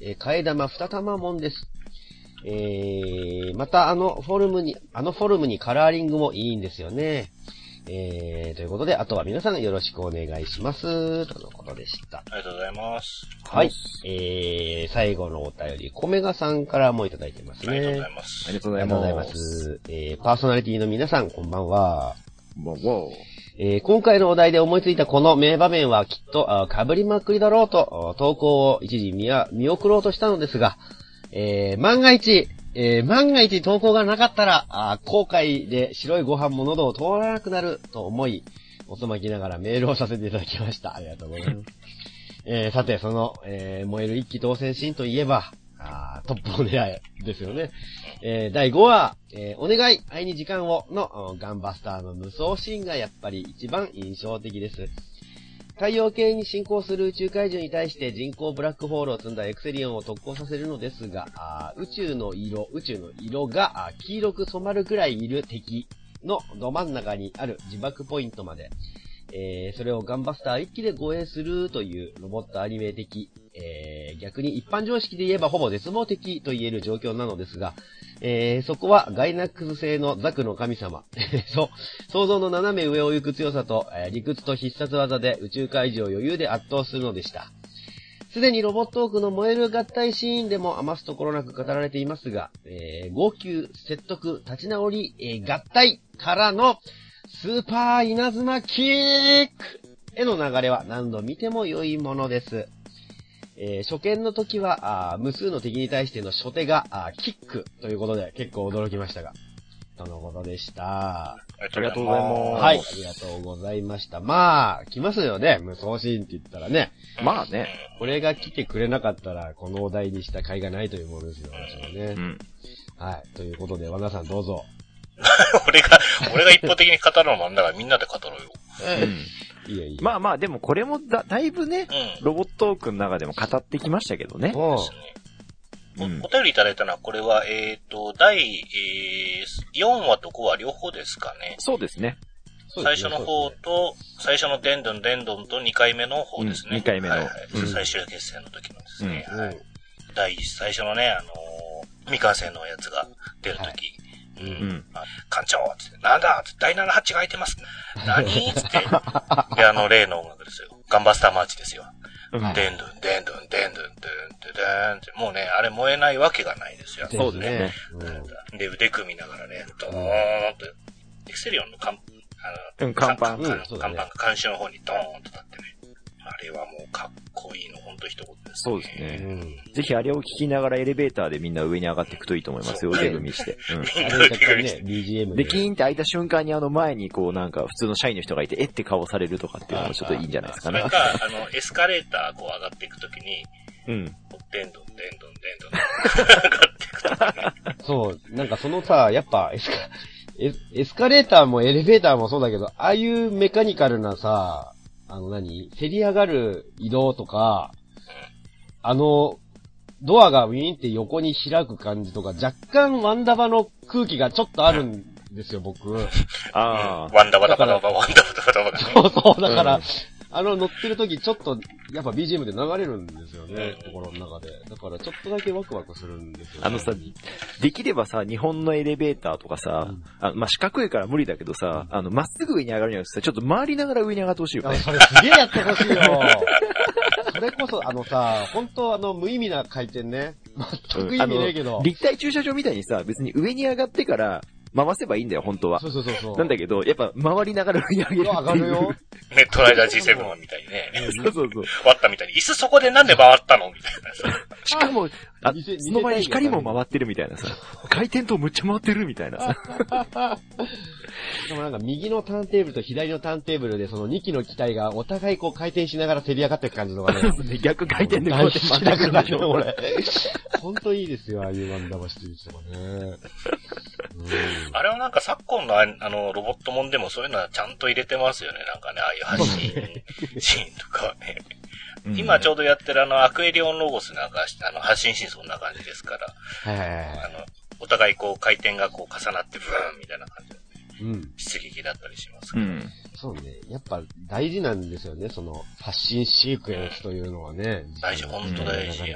2玉もんです。またフォルムにカラーリングもいいんですよね。ということで、あとは皆さんよろしくお願いします。とのことでした。 ありがとうございます。 はい。最後のお便り、コメガさんからもいただいてますね。 ありがとうございます。 ありがとうございます。 パーソナリティの皆さん、こんばんは。 こんばんは。 今回のお題で思いついたこの名場面はきっと被りまくりだろうと、投稿を一時見送ろうとしたのですが、万が一投稿がなかったら、後悔で白いご飯も喉を通らなくなると思い、遅まきながらメールをさせていただきました。ありがとうございます。さて、その、燃える一機当選シーンといえば、 トップを狙いですよね。第5話、お願い、愛に時間をのガンバスターの無双シーンがやっぱり一番印象的です。太陽系に進行する宇宙怪獣に対して人工ブラックホールを積んだエクセリオンを特攻させるのですが、宇宙の色が黄色く染まるくらいいる敵のど真ん中にある自爆ポイントまで、それをガンバスター1機で護衛するというロボットアニメ的、逆に一般常識で言えばほぼ絶望的と言える状況なのですが、そこはガイナックス製のザクの神様想像の斜め上を行く強さと、理屈と必殺技で宇宙怪獣を余裕で圧倒するのでした。すでにロボットオークの燃える合体シーンでも余すところなく語られていますが、号泣、説得、立ち直り、合体からのスーパー稲妻キックへの流れは何度見ても良いものです。初見の時は無数の敵に対しての初手がキックということで結構驚きましたが、とのことでした。 ありがとうございます。 はい、ありがとうございました。まあ、来ますよね、無双シーンって言ったらね。 まあね。 これが来てくれなかったら、このお題にした甲斐がないというものですよ、私はね。はい、ということで、和田さんどうぞ。 俺が一方的に語るのもあんだからみんなで語ろうよ。 いやいや。 まあまあ、でもこれもだいぶね、ロボットークの中でも語ってきましたけどね。 そうですね。お便りいただいたのは、これは、第、4話と5話両方ですかね。 そうですね。 最初の方と、最初のデンドンと2回目の方ですね。 2回目の。はいはい最終決戦の時のですね。最初のね、未完成のやつが出る時。館長つって、なんだつって、第7ハッチが開いてます。何つって。で、例の音楽ですよ。ガンバスターマーチですよ。デンドンって、もうね、あれ燃えないわけがないですよ。 そうですね。で、腕組みながらね、ドーンと、エクセリオンの看板が監視の方にドーンと立ってね。あれはもうかっこいいの、ほんと一言ですね。 そうですね。ぜひあれを聞きながらエレベーターでみんな上に上がっていくといいと思いますよ、腕組みして。 BGM で、キーンって開いた瞬間に前にこうなんか普通の社員の人がいて、って顔されるとかっていうのもちょっといいんじゃないですかね。 それか、エスカレーターこう上がっていくときに、デンドン上がっていくときに。 そう、なんかそのさ、やっぱエスカレーターもエレベーターもそうだけど、ああいうメカニカルなさ、せり上がる移動とか、ドアがウィーンって横に開く感じとか、若干ワンダバの空気がちょっとあるんですよ、僕。 ワンダバ。 そう、だから、乗ってる時ちょっと、やっぱ BGM で流れるんですよね、心の中で。だからちょっとだけワクワクするんですよね。 さ、できればさ、日本のエレベーターとかさ、まあ、四角いから無理だけどさ、まっすぐ上に上がるにはさ、ちょっと回りながら上に上がってほしいよね。 それすげえやってほしいよ。それこそ、本当無意味な回転ね。全く意味ねえけど。 立体駐車場みたいにさ、別に上に上がってから、回せばいいんだよ、本当は。 そう。 なんだけど、やっぱ回りながら上に上げる。 上がるよ。 ネットライダー G7 みたいにね。 そう。 割ったみたいに、椅子そこでなんで回ったのみたいな。 しかも、その場に光も回ってるみたいなさ。回転とむっちゃ回ってるみたいなさ。 でもなんか右のターンテーブルと左のターンテーブルでその2機の機体がお互いこう回転しながらせり上がっていく感じのがね。 逆回転でこうやって真ん中になる俺。ほんといいですよ、ああいうワンダバシティとかね。 あれはなんか昨今のロボットもんでもそういうのはちゃんと入れてますよね。なんかね、ああいう発信シーンとかはね。今ちょうどやってるアクエリオンロゴスなんか、発信シーンそんな感じですから。お互いこう回転がこう重なってブーンみたいな感じで、出撃だったりしますから。 そうね。やっぱ大事なんですよね、その発信シークエンスというのはね。 大事、ほんと大事。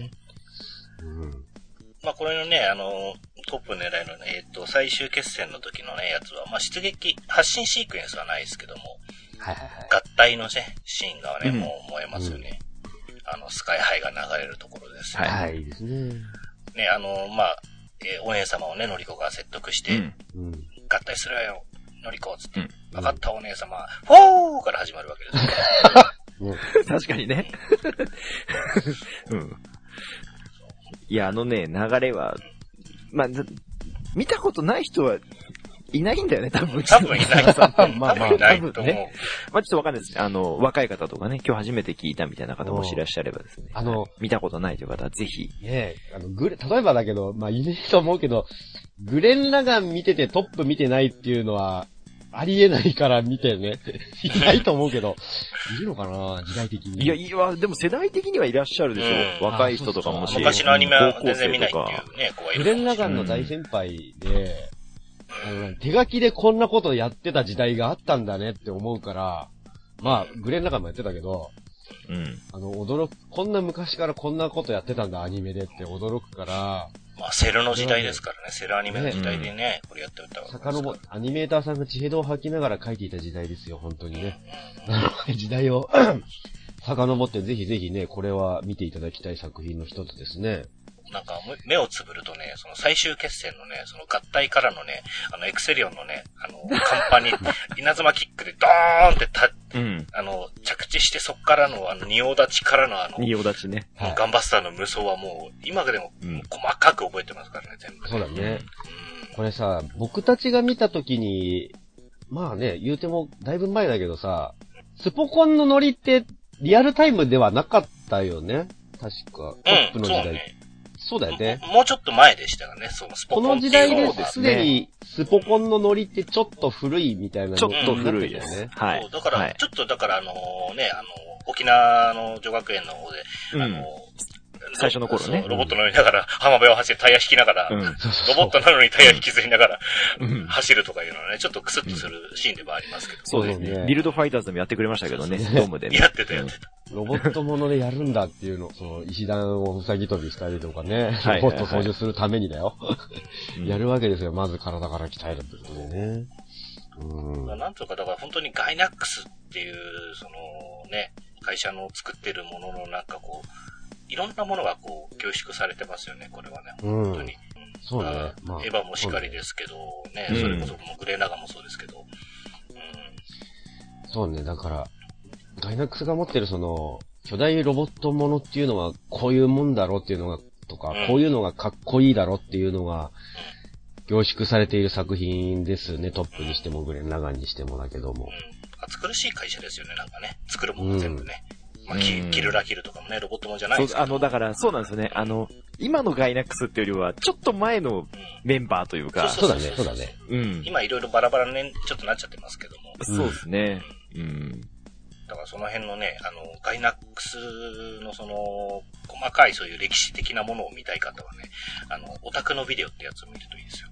まあこれのね、トップ狙いのね、最終決戦の時のね、やつは、まあ発信シークエンスはないですけども、合体のね、シーンがね、もう燃えますよね。スカイハイが流れるところですね。 はい、ですね。 ね、まあ、お姉様をね、のりこが説得して、合体するわよ、のりこ、つって、分かったお姉様、フォーから始まるわけです。 確かにね。いや、流れは、まあ、見たことない人は、 いないんだよね、多分。 多分いない。 まあまあ、 いないと思う。 ね、まあちょっとわかんないです。若い方とかね、今日初めて聞いたみたいな方もいらっしゃればですね。見たことないという方はぜひ。 ね例えばだけど、まあいねえと思うけど、グレン・ラガン見ててトップ見てないっていうのは、ありえないから見てね。いないと思うけど、いるのかな時代的に。 いや、でも世代的にはいらっしゃるでしょ。若い人とかもし。 昔のアニメは全然見ないっていうね、 グレン・ラガンの大先輩で、手書きでこんなことやってた時代があったんだねって思うから、まあ、グレン・ラガンもやってたけど、こんな昔からこんなことやってたんだ、アニメでって驚くから、 まあ、セルの時代ですからね。セルアニメの時代でね、これやっておいたわけですから。 アニメーターさんが血ヘドを吐きながら書いていた時代ですよ、本当にね。時代を遡ってぜひぜひね、これは見ていただきたい作品の一つですね。 なんか、目をつぶるとね、その最終決戦のね、その合体からのね、エクセリオンのね、カンパに、稲妻キックでドーンって着地してそっからの仁王立ちからの仁王立ちね。 ガンバスターの無双はもう、今でも細かく覚えてますからね、全部。 そうだね。これさ、僕たちが見たときに、まあね、言うてもだいぶ前だけどさ、スポコンのノリってリアルタイムではなかったよね。確か。トップの時代。そうだよね。 もうちょっと前でしたよね、そのスポコンこの時代ですでにスポコンのノリってちょっと古いみたいな。 ちょっと古いですね。 はい。だから、ちょっとだから沖縄の女学園の方で、 最初の頃ね。 ロボット乗りながら、浜辺を走ってタイヤ引きながら、ロボットなのにタイヤ引きずりながら、走るとかいうのはね、ちょっとクスッとするシーンでもありますけど。 そうですね。ビルドファイターズでもやってくれましたけどね、ドームでね。 やってた。 ロボットものでやるんだっていうの、石段を塞ぎ飛びしたりとかね、ロボット操縦するためにだよ。やるわけですよ、まず体から鍛えるってことでね。 なんとか、だから本当にガイナックスっていう、会社の作ってるもののなんかこう、いろんなものがこう、凝縮されてますよね、これはね。本当に。 そうね。 エヴァもしかりですけど、ね、それこそグレーナガンもそうですけど。 そうね、だから、ガイナックスが持ってる巨大ロボットものっていうのは、こういうもんだろうっていうのが、とか、こういうのがかっこいいだろうっていうのが、凝縮されている作品ですね、トップにしてもグレン・ラガンにしてもだけども。 暑苦しい会社ですよね、なんかね。作るもの全部ね。まあ、キルラキルとかもね、ロボットもんじゃないですけど。 だから、そうなんですよね。今のガイナックスっていうよりは、ちょっと前のメンバーというか。 そうだね。 今いろいろバラバラね、ちょっとなっちゃってますけども。 そうですね。 だからその辺のね、ガイナックスの細かいそういう歴史的なものを見たい方はね、オタクのビデオってやつを見るといいですよ。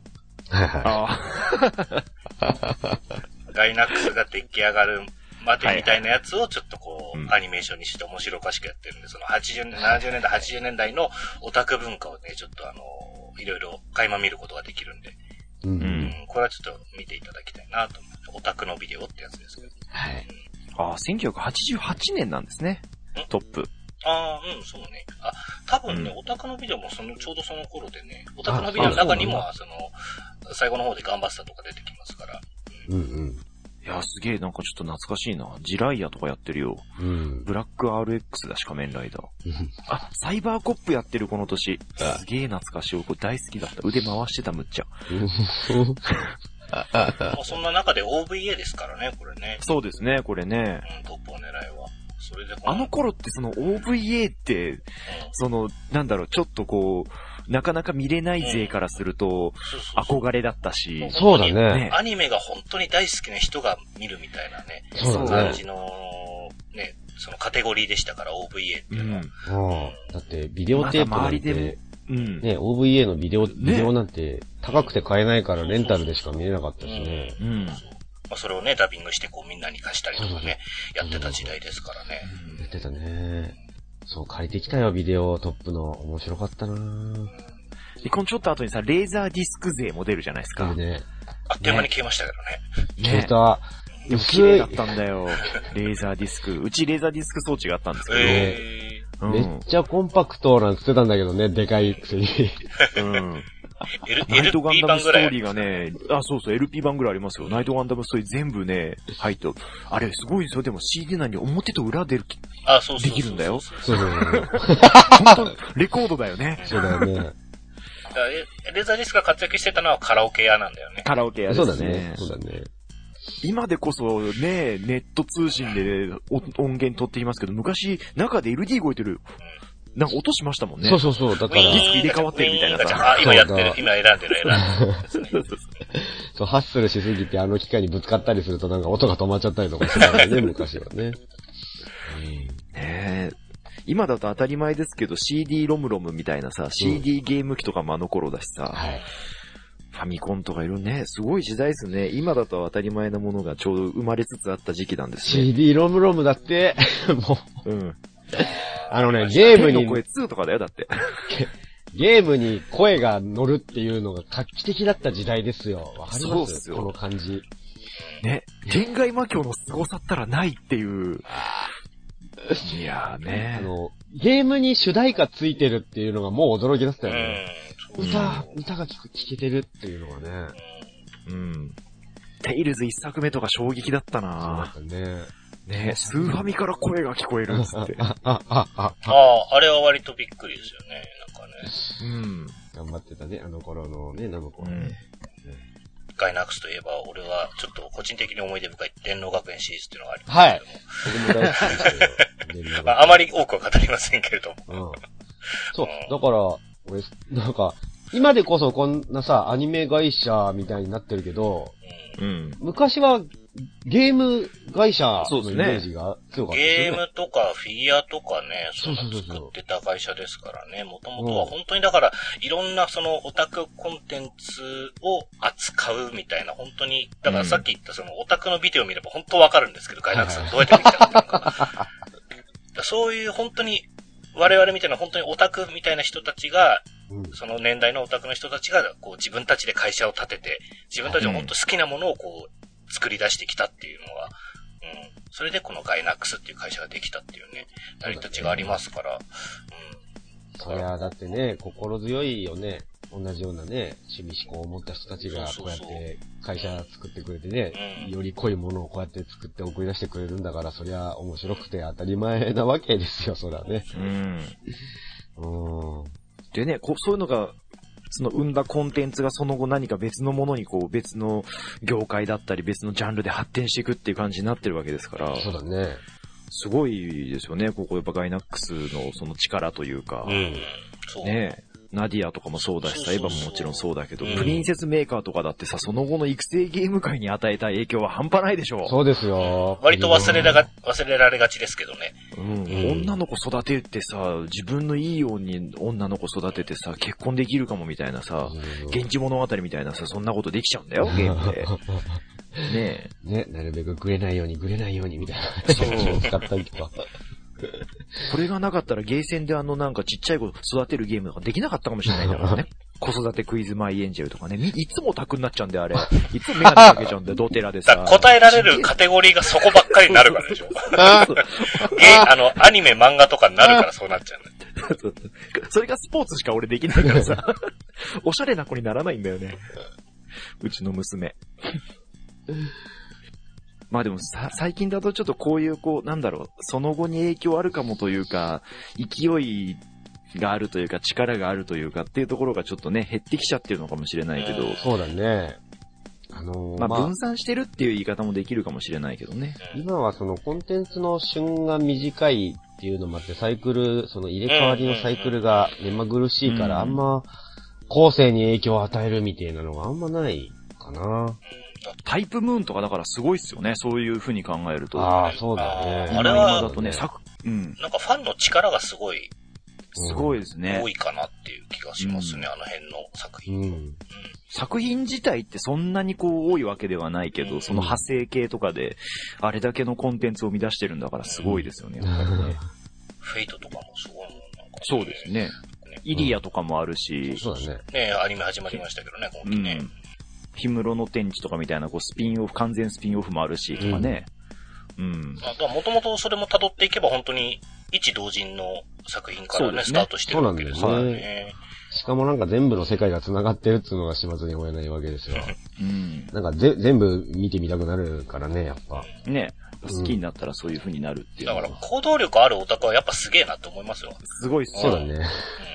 ガイナックスが出来上がるまでみたいなやつをちょっとこう、アニメーションにして面白おかしくやってるんで、80年、70年代、80年代のオタク文化をね、ちょっといろいろ垣間見ることができるんで、これはちょっと見ていただきたいなと思って、オタクのビデオってやつですけど。 はい。 1988年なんですね。トップ。 そうね。多分ね、オタクのビデオもちょうどその頃でね、オタクのビデオの中にも、最後の方でガンバスターとか出てきますから。 いや、すげえ、なんかちょっと懐かしいな。ジライアとかやってるよ。ブラック RX だし、仮面ライダー。サイバーコップやってる、この年。すげえ懐かしい。これ大好きだった。腕回してた、むっちゃ。 そんな中で OVA ですからね、これね。 そうですね、これね。 トップを狙いは。それで頃ってOVA って、なんだろう、ちょっとこう、なかなか見れない勢からすると、憧れだったし。 そうだね。 アニメが本当に大好きな人が見るみたいなね、 そうだね。 感じの、ね、カテゴリーでしたから、OVA っていうのは。 だって、ビデオテープなんて、ね、OVA のビデオなんて高くて買えないからレンタルでしか見れなかったしね。 それをね、ダビングしてこうみんなに貸したりとかね、やってた時代ですからね。 やってたね。そう、借りてきたよ、ビデオトップの。面白かったなぁ。 で、このちょっと後にさ、レーザーディスク勢も出るじゃないですか。 ね。あっという間に消えましたけどね。消えた。 でも綺麗だったんだよ。レーザーディスク。うちレーザーディスク装置があったんですけど。 めっちゃコンパクトなんつってたんだけどね、でかいくせに。 ナイトガンダムストーリーがね、そうそう、LP 版ぐらいありますよ。ナイトガンダムストーリー全部ね、入って、あれすごいですよ。でも CD 内に表と裏できるんだよ。 そう。 本当レコードだよね。 そうだよね。 レザーディスクが活躍してたのはカラオケ屋なんだよね。 カラオケ屋ですね。 そうだね。そうだね。 今でこそね、ネット通信で音源取ってきますけど、昔、中で LD 動いてる、なんか音しましたもんね。 そうそうそう。だから。 ディスク入れ替わってるみたいなさ。 あ、今やってる。今選んでる。 そう、ハッスルしすぎて機械にぶつかったりするとなんか音が止まっちゃったりとかしてたんね、昔はね。 今だと当たり前ですけど CD ロムロムみたいなさ、CD ゲーム機とかもあの頃だしさ、はい、ファミコンとかいろね、すごい時代ですね。今だと当たり前なものがちょうど生まれつつあった時期なんですね。 CD ロムロムだって、もう、ゲームに。 声2とかだよ、だって。 ゲームに声が乗るっていうのが画期的だった時代ですよ。わかります？そうっすよ。この感じ。 ね、天外魔境の凄さったらないっていう。いやーね。 ゲームに主題歌ついてるっていうのがもう驚きだったよね。歌が聴けてるっていうのがね。 うん。テイルズ一作目とか衝撃だったなぁ。そうだったね。ね、スーファミから声が聞こえるっつって。 あれは割とびっくりですよね、なんかね。頑張ってたね、あの頃のね、ナムコはね。 ガイナックスといえば、俺はちょっと個人的に思い出深い電脳学園シリーズっていうのがありますけども。はい。僕も大好きですよ。あまり多くは語りませんけれども。 そう、だから、俺、なんか、今でこそこんなさ、アニメ会社みたいになってるけど、昔はゲーム会社のイメージが強かったですね。 ゲームとかフィギュアとかね、そう作ってた会社ですからね。もともとは本当にだから、いろんなそのオタクコンテンツを扱うみたいな、本当に、だからさっき言ったそのオタクのビデオを見れば本当わかるんですけど、ガイナックスどうやって見たかっていうか。そういう本当に、我々みたいな本当にオタクみたいな人たちが、その年代のオタクの人たちが、こう自分たちで会社を立てて、自分たちの本当好きなものをこう、作り出してきたっていうのは、それでこのガイナックスっていう会社ができたっていうね、成り立ちがありますから、 そりゃだってね、心強いよね。同じようなね、趣味思考を持った人たちがこうやって会社作ってくれてね、より濃いものをこうやって作って送り出してくれるんだから、そりゃ面白くて当たり前なわけですよ、そりゃね。 でね、そういうのが、その生んだコンテンツがその後何か別のものにこう別の業界だったり別のジャンルで発展していくっていう感じになってるわけですから。 そうだね。 すごいですよね、ここやっぱガイナックスのその力というか。ね。ナディアとかもそうだしさ、エヴァももちろんそうだけど、プリンセスメーカーとかだってさ、その後の育成ゲーム界に与えた影響は半端ないでしょ。 そうですよ。 割と忘れられがちですけどね。 女の子育ててさ、自分のいいように女の子育ててさ、結婚できるかもみたいなさ、源氏物語みたいなさ、そんなことできちゃうんだよ、ゲームで。ねえ。ね、なるべくグレないようにみたいな。そう。使ったりとか。 これがなかったらゲーセンでなんかちっちゃい子育てるゲームとかできなかったかもしれないんだからね。子育てクイズマイエンジェルとかね。いつもオタクになっちゃうんだよ、あれ。いつもメガネかけちゃうんだよ、ドテラでさ。 答えられるカテゴリーがそこばっかりになるからでしょ。アニメ、漫画とかになるからそうなっちゃうんだよ。 それがスポーツしか俺できないからさ。おしゃれな子にならないんだよね。うちの娘。まあでも最近だとちょっとこういうその後に影響あるかもというか、勢いがあるというか、力があるというかっていうところがちょっとね、減ってきちゃってるのかもしれないけど。 そうだね。 まあ分散してるっていう言い方もできるかもしれないけどね。 今はそのコンテンツの旬が短いっていうのもあって、サイクル、その入れ替わりのサイクルが目まぐるしいから、あんま後世に影響を与えるみたいなのがあんまないかな。 タイプムーンとかだからすごいっすよね。そういう風に考えると。 ああ、そうだね。 あれは、 今だとね、 なんかファンの力がすごいですね。 多いかなっていう気がしますね、あの辺の作品。 作品自体ってそんなに多いわけではないけど、その派生系とかで、あれだけのコンテンツを生み出してるんだからすごいですよね、やっぱりね。 フェイトとかもすごいもんなんか。 そうですね。イリアとかもあるし。 そうだね。 ねアニメ始まりましたけどね、今期ね。 氷室の天地とかみたいなスピンオフ、完全スピンオフもあるし、とかね。 あとはもともとそれも辿っていけば本当に一同人の作品からね、スタートしてるわけですからね。 しかもなんか全部の世界が繋がってるっていうのが島津に追えないわけですよ。なんか全部見てみたくなるからね、やっぱ。 ね。好きになったらそういう風になるっていう。 だから行動力あるオタクはやっぱすげえなって思いますよ。 すごいっすそうだね。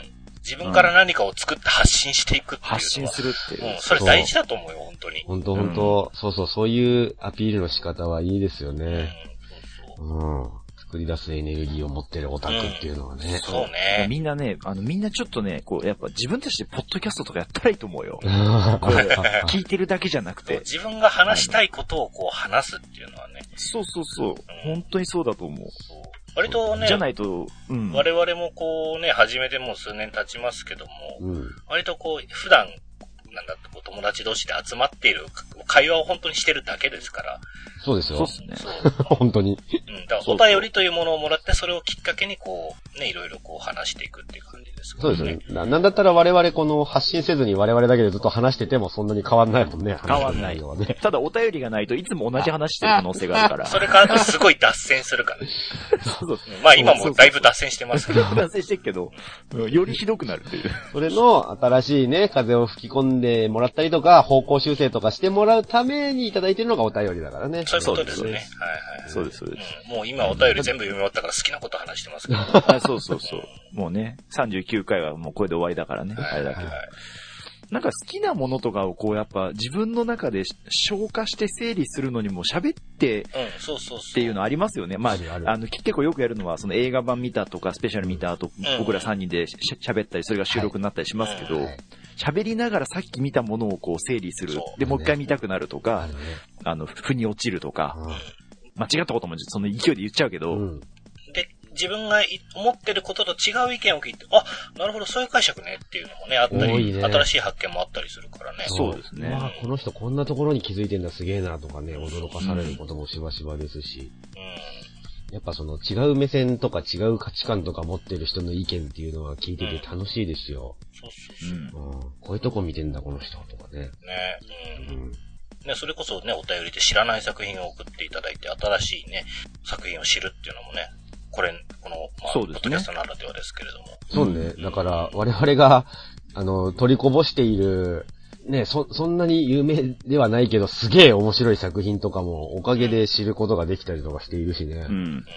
自分から何かを作って発信していくっていうのは。 発信するっていう。 それ大事だと思うよ、本当に。 本当、そういうアピールの仕方はいいですよね。作り出すエネルギーを持ってるオタクっていうのはね。 そうね。 みんなね、みんなちょっとね、やっぱ自分たちでポッドキャストとかやったらいいと思うよ。聞いてるだけじゃなくて。 自分が話したいことを話すっていうのはね。 そう。本当にそうだと思う。 割とね、 じゃないと、 我々も始めてもう数年経ちますけども、割と普段、友達同士で集まっている会話を本当にしてるだけですから。 そうですよ。 そうですね。 本当に。 だからお便りというものをもらって、それをきっかけにいろいろ話していくっていう感じですからね。 そうですね。なんだったら我々発信せずに我々だけでずっと話しててもそんなに変わんないもんね。 変わんないよね。ただお便りがないといつも同じ話してる可能性があるから。 それからすごい脱線するからね。まあ今もだいぶ脱線してますけど。 脱線してるけど、よりひどくなるっていう。 それの新しいね、風を吹き込んでもらったりとか、方向修正とかしてもらうためにいただいてるのがお便りだからね。 そういうことですね。はい。 そうです。 もう今お便り全部読み終わったから好きなこと話してますけど。 そう。もうね、39回はもうこれで終わりだからね。あれだけど。なんか好きなものとかをやっぱ自分の中で消化して整理するのにも喋ってっていうのありますよね。まあ、結構よくやるのはその映画版見たとかスペシャル見た後、僕ら3人で喋ったり、それが収録になったりしますけど、喋りながらさっき見たものを整理する。で、もう一回見たくなるとか、腑に落ちるとか、間違ったこともその勢いで言っちゃうけど、 で、自分が思ってることと違う意見を聞いて、あ、なるほど、そういう解釈ねっていうのもね、あったり、新しい発見もあったりするからね。 そうですね。 この人こんなところに気づいてんだすげえなとかね、驚かされることもしばしばですし。やっぱその違う目線とか違う価値観とか持ってる人の意見っていうのは聞いてて楽しいですよ。こういうとこ見てんだこの人とかね。ね、それこそね、お便りで知らない作品を送っていただいて、新しいね、作品を知るっていうのもね、この、ポッドキャストならではですけれども。そうね。だから、我々が、取りこぼしている、ね、そんなに有名ではないけど、すげえ面白い作品とかも、おかげで知ることができたりとかしているしね。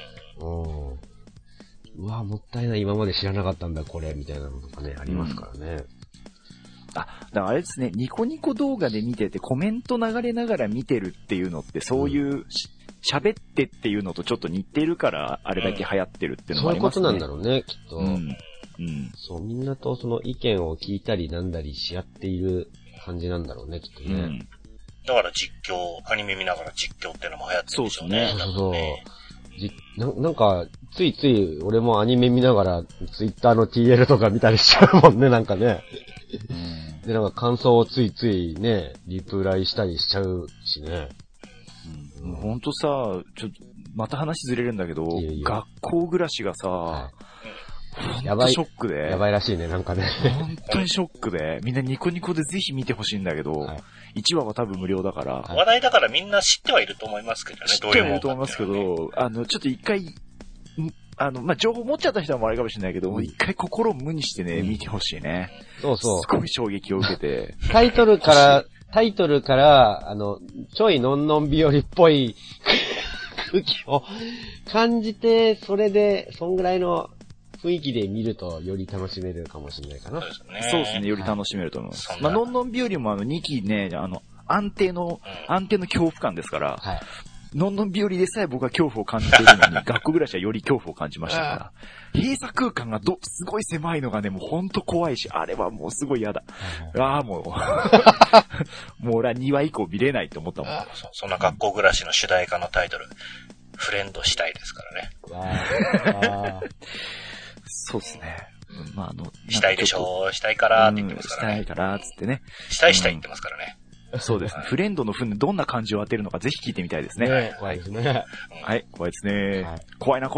うわ、もったいない、今まで知らなかったんだ、これ、みたいなのとかね、ありますからね。 だからあれですね、ニコニコ動画で見ててコメント流れながら見てるっていうのって、そういう喋ってっていうのとちょっと似てるから、あれだけ流行ってるっていうのもありますね。そういうことなんだろうね、きっと。そう、みんなとその意見を聞いたりなんだりし合っている感じなんだろうね、きっとね。 だから実況、アニメ見ながら実況っていうのも流行ってるんでしょうね。 なんか、ついつい俺もアニメ見ながらツイッターの TL とか見たりしちゃうもんね、なんかね。で、なんか感想をついついね、リプライしたりしちゃうしね。 ほんとさ、また話ずれるんだけど、学校暮らしがさ、やばい。ショックで。 やばいらしいね、なんかね。 本当にショックで。みんなニコニコでぜひ見てほしいんだけど、1話は多分無料だから。 話題だからみんな知ってはいると思いますけどね、 知ってはいると思いますけど、ちょっと一回、情報持っちゃった人はあれかもしれないけど、一回心を無にしてね、見てほしいね。 そうそう。 すごい衝撃を受けて。 タイトルから、ちょいのんのん日和っぽい空気を感じて、それで、そんぐらいの雰囲気で見るとより楽しめるかもしれないかな。 そうですね、より楽しめると思います。のんのん日和も2期ね、安定の恐怖感ですから、のんのん日和でさえ僕は恐怖を感じているのに、学校暮らしはより恐怖を感じましたから。閉鎖空間がすごい狭いのがね、もうほんと怖いし、あれはもうすごい嫌だ。もう俺は2話以降見れないって思ったもん。 そんな学校暮らしの主題歌のタイトル、フレンドしたいですからね。 そうですね。 したいでしょう、したいからって言ってますからね。 したいからつってね。 したい言ってますからね。 そうですね。フレンドのフンでどんな感じを当てるのかぜひ聞いてみたいですね。 怖いですね。 はい、怖いですね。怖いな。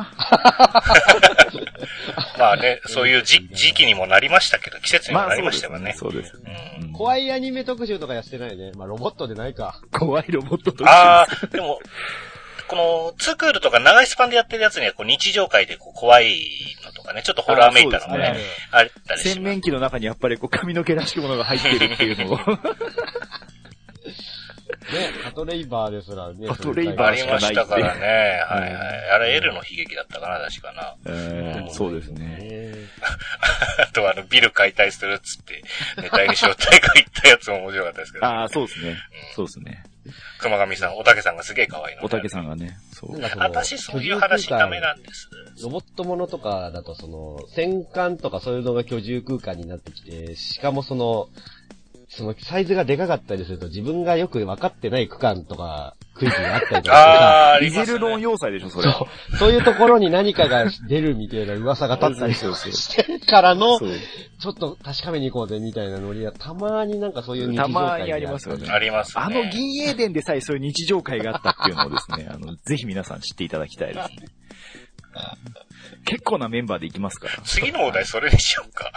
まあね、そういう時期にもなりましたけど、季節にもなりましたよね。 そうです。 怖いアニメ特集とかやってないね。まあロボットでないか。 怖いロボット特集。 でも、この2クールとか長いスパンでやってるやつには日常界で怖いのとかね、ちょっとホラーめいたのもね、あったりします。 洗面器の中にやっぱり髪の毛らしきものが入ってるっていうのを。 パトレイバーですらね。 パトレイバーしかないって。 ありましたからね。はいはい。あれ L の悲劇だったかな、確かな。 そうですね。 あとビル解体するっつって、ネタに招待会行ったやつも面白かったですけど。 ああ、そうですね。そうですね。 熊上さん、おたけさんがすげえ可愛いの。 おたけさんがね。そう。 私そういう話ダメなんです。 ロボットものとかだと戦艦とかそういうのが居住空間になってきて、しかもそのサイズがでかかったりすると自分がよく分かってない区間とか、区域があったりとかリゼルロン要塞でしょ、それ。 そういうところに何かが出るみたいな噂が立ったりしてからの、ちょっと確かめに行こうぜみたいなノリがたまになんかそういう日常会たまにありますよね。 ありますね。 銀英伝でさえそういう日常会があったっていうのをですね、ぜひ皆さん知っていただきたいですね。結構なメンバーで行きますから。 次のお題それにしようか。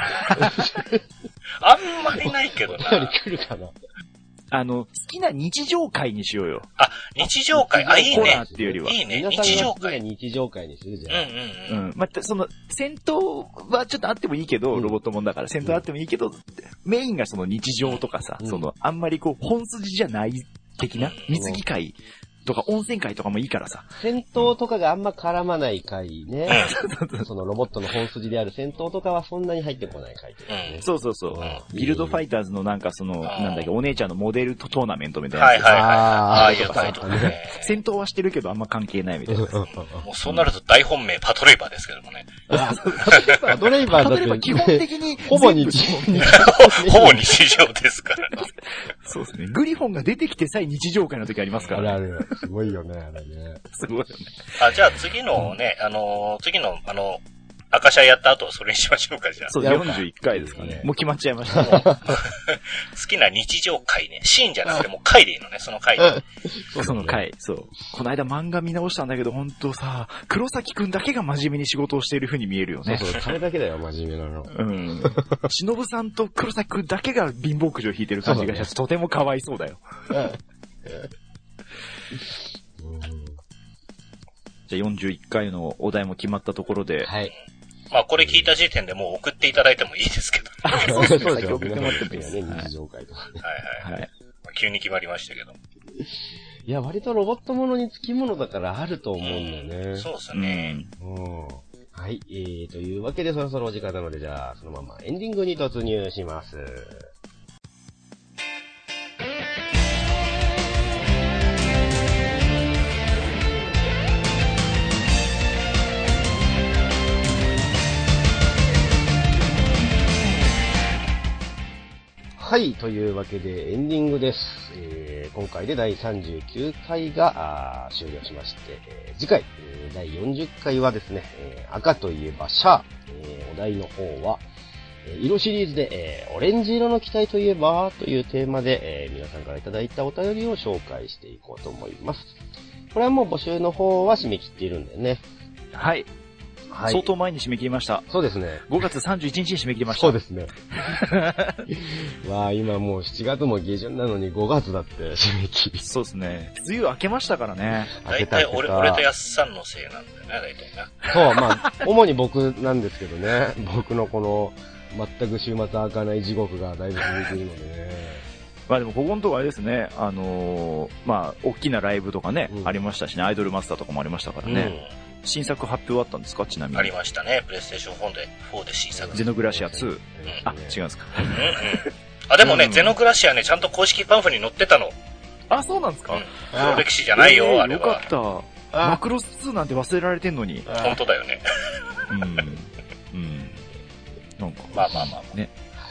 あんまりないけどな。 来るかな。 好きな日常会にしようよ。 あ、日常会。あ、いいね。 コーナーっていうよりは。 いいね。日常会。 日常会にするじゃん。 また、戦闘はちょっとあってもいいけど、ロボットもんだから戦闘あってもいいけど、メインがその日常とかさ、あんまり本筋じゃない的な、水着会とか温泉会とかもいいからさ。 戦闘とかがあんま絡まない回ね。そのロボットの本筋である戦闘とかはそんなに入ってこない回とかね。 そう。ビルドファイターズのなんかなんだっけ、お姉ちゃんのモデルトーナメントみたいな。 はい。ああいうやつとかね。 戦闘はしてるけどあんま関係ないみたいな。 もうそうなると大本命パトレイバーですけどもね。 パトレイバーだって基本的にほぼ日常。 ほぼ日常ですからね。 そうですね。グリフォンが出てきてさえ日常会の時ありますからね。 ある。すごいよね、あれね。 すごいよね。 じゃあ次のね、次のアカシャやった後それにしましょうか、じゃあ。 そう、41回ですかね。もう決まっちゃいましたね。 好きな日常回ね。シーンじゃなくてもう回でいいのね、その回で。 その回、そう。この間漫画見直したんだけど、ほんとさ、黒崎くんだけが真面目に仕事をしている風に見えるよね。 そう、彼だけだよ、真面目なの。 忍さんと黒崎くんだけが貧乏くじを引いてる感じがして、とてもかわいそうだよ。じゃあ41回のお題も決まったところで。 はい。 まあこれ聞いた時点でもう送っていただいてもいいですけど。 そうですね。送ってもらってもいいよね、日常会とか。 はい。急に決まりましたけど。 いや、割とロボットものにつきものだからあると思うんだよね。 そうですね。 はい。というわけでそろそろお時間なので、じゃあそのままエンディングに突入します。はい。というわけでエンディングです。今回で第39回が終了しまして、次回、第40回はですね、赤といえばシャー、お題の方は、色シリーズで、オレンジ色の機体といえばというテーマで、皆さんからいただいたお便りを紹介していこうと思います。これはもう募集の方は締め切っているんだよね。 はい。相当前に締め切りました。 そうですね。 5月31日に締め切りました。 そうですね。わあ、今もう7月も下旬なのに5月だって締め切り。 そうですね。梅雨明けましたからね。 だいたい俺とやすさんのせいなんだよね、だいたいな。 そう、まあ、主に僕なんですけどね。僕のこの、全く週末開かない地獄がだいぶ続いているのでね。 まあでもここのとこあれですね、まあ、大きなライブとかね、ありましたしね、アイドルマスターとかもありましたからね。新作発表あったんですか、ちなみに。 ありましたね、プレイステーション4で新作。 ゼノグラシア2。あ、違うんですか。 あ、でもね、ゼノグラシアね、ちゃんと公式パンフに載ってたの。 あ、そうなんですか。 黒歴史じゃないよ、あれは。 よかった。マクロス2なんて忘れられてんのに。 本当だよね。 なんか。 まあ。 ね。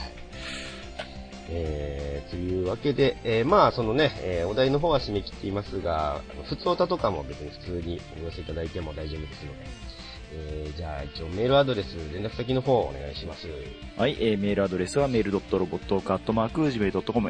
というわけで、まあそのね、お題の方は締め切っていますが、普通歌とかも別に普通にお寄せいただいても大丈夫ですので、じゃあ一応メールアドレス、連絡先の方お願いします。 はい、メールアドレスはmail.robot.gmail.com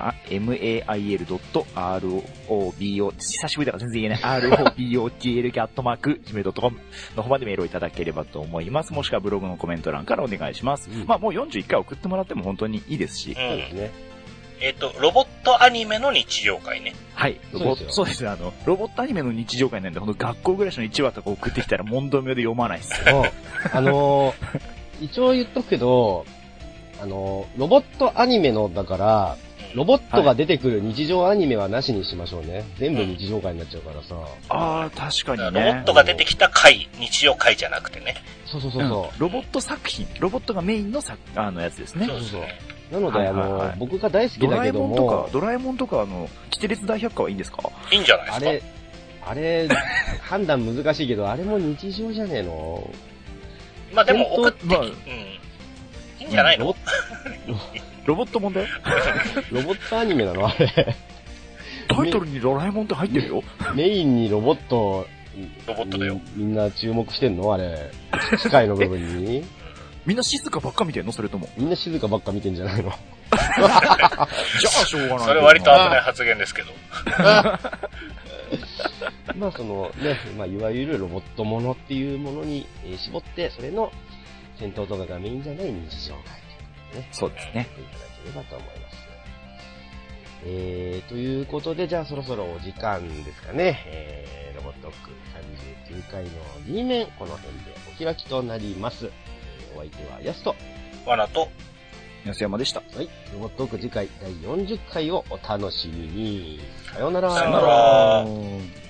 mail.robo 久しぶりだから全然言えない robotl.gmail.com の方までメールをいただければと思います。もしくはブログのコメント欄からお願いします。まあもう41回送ってもらっても本当にいいですし。 そうですね。 ロボットアニメの日常会ね。 はい。そうです。ロボットアニメの日常会なんで、ほんと学校暮らしの1話とか送ってきたら問答名で読まないっすよ。 一応言っとくけど、 ロボットアニメの、だから、ロボットが出てくる日常アニメはなしにしましょうね。全部日常回になっちゃうからさ。 ああ、確かにね。 ロボットが出てきた回、日常回じゃなくてね。 そうそうそうそう、 ロボット作品、ロボットがメインのやつですね。 そうそう。 なので、僕が大好きだけども。 ドラえもんとか、キテレツ大百科はいいんですか？ いいんじゃないですか？ あれ、判断難しいけど、あれも日常じゃねえの。 まあでも送って、いいんじゃないの？ ロボットもんだよ。 ロボットアニメなのあれ。 タイトルにドラえもんって入ってるよ。 メインにロボットだよ。 みんな注目してんのあれ。機械の部分に。 みんな静かばっか見てんの？それとも。 みんな静かばっか見てんじゃないの？じゃあしょうがない。 それ割と危ない発言ですけど。 まあいわゆるロボットものっていうものに絞って、それの戦闘とかがメインじゃない日常回。 そうですね。 いただければと思います。ということで、じゃあそろそろお時間ですかね。ロボットーク39回の D 面、この辺でお開きとなります。お相手はヤスと、 ワナと、 安山でした。 はい。ロボットーク次回第40回をお楽しみに。さようなら。 さようなら。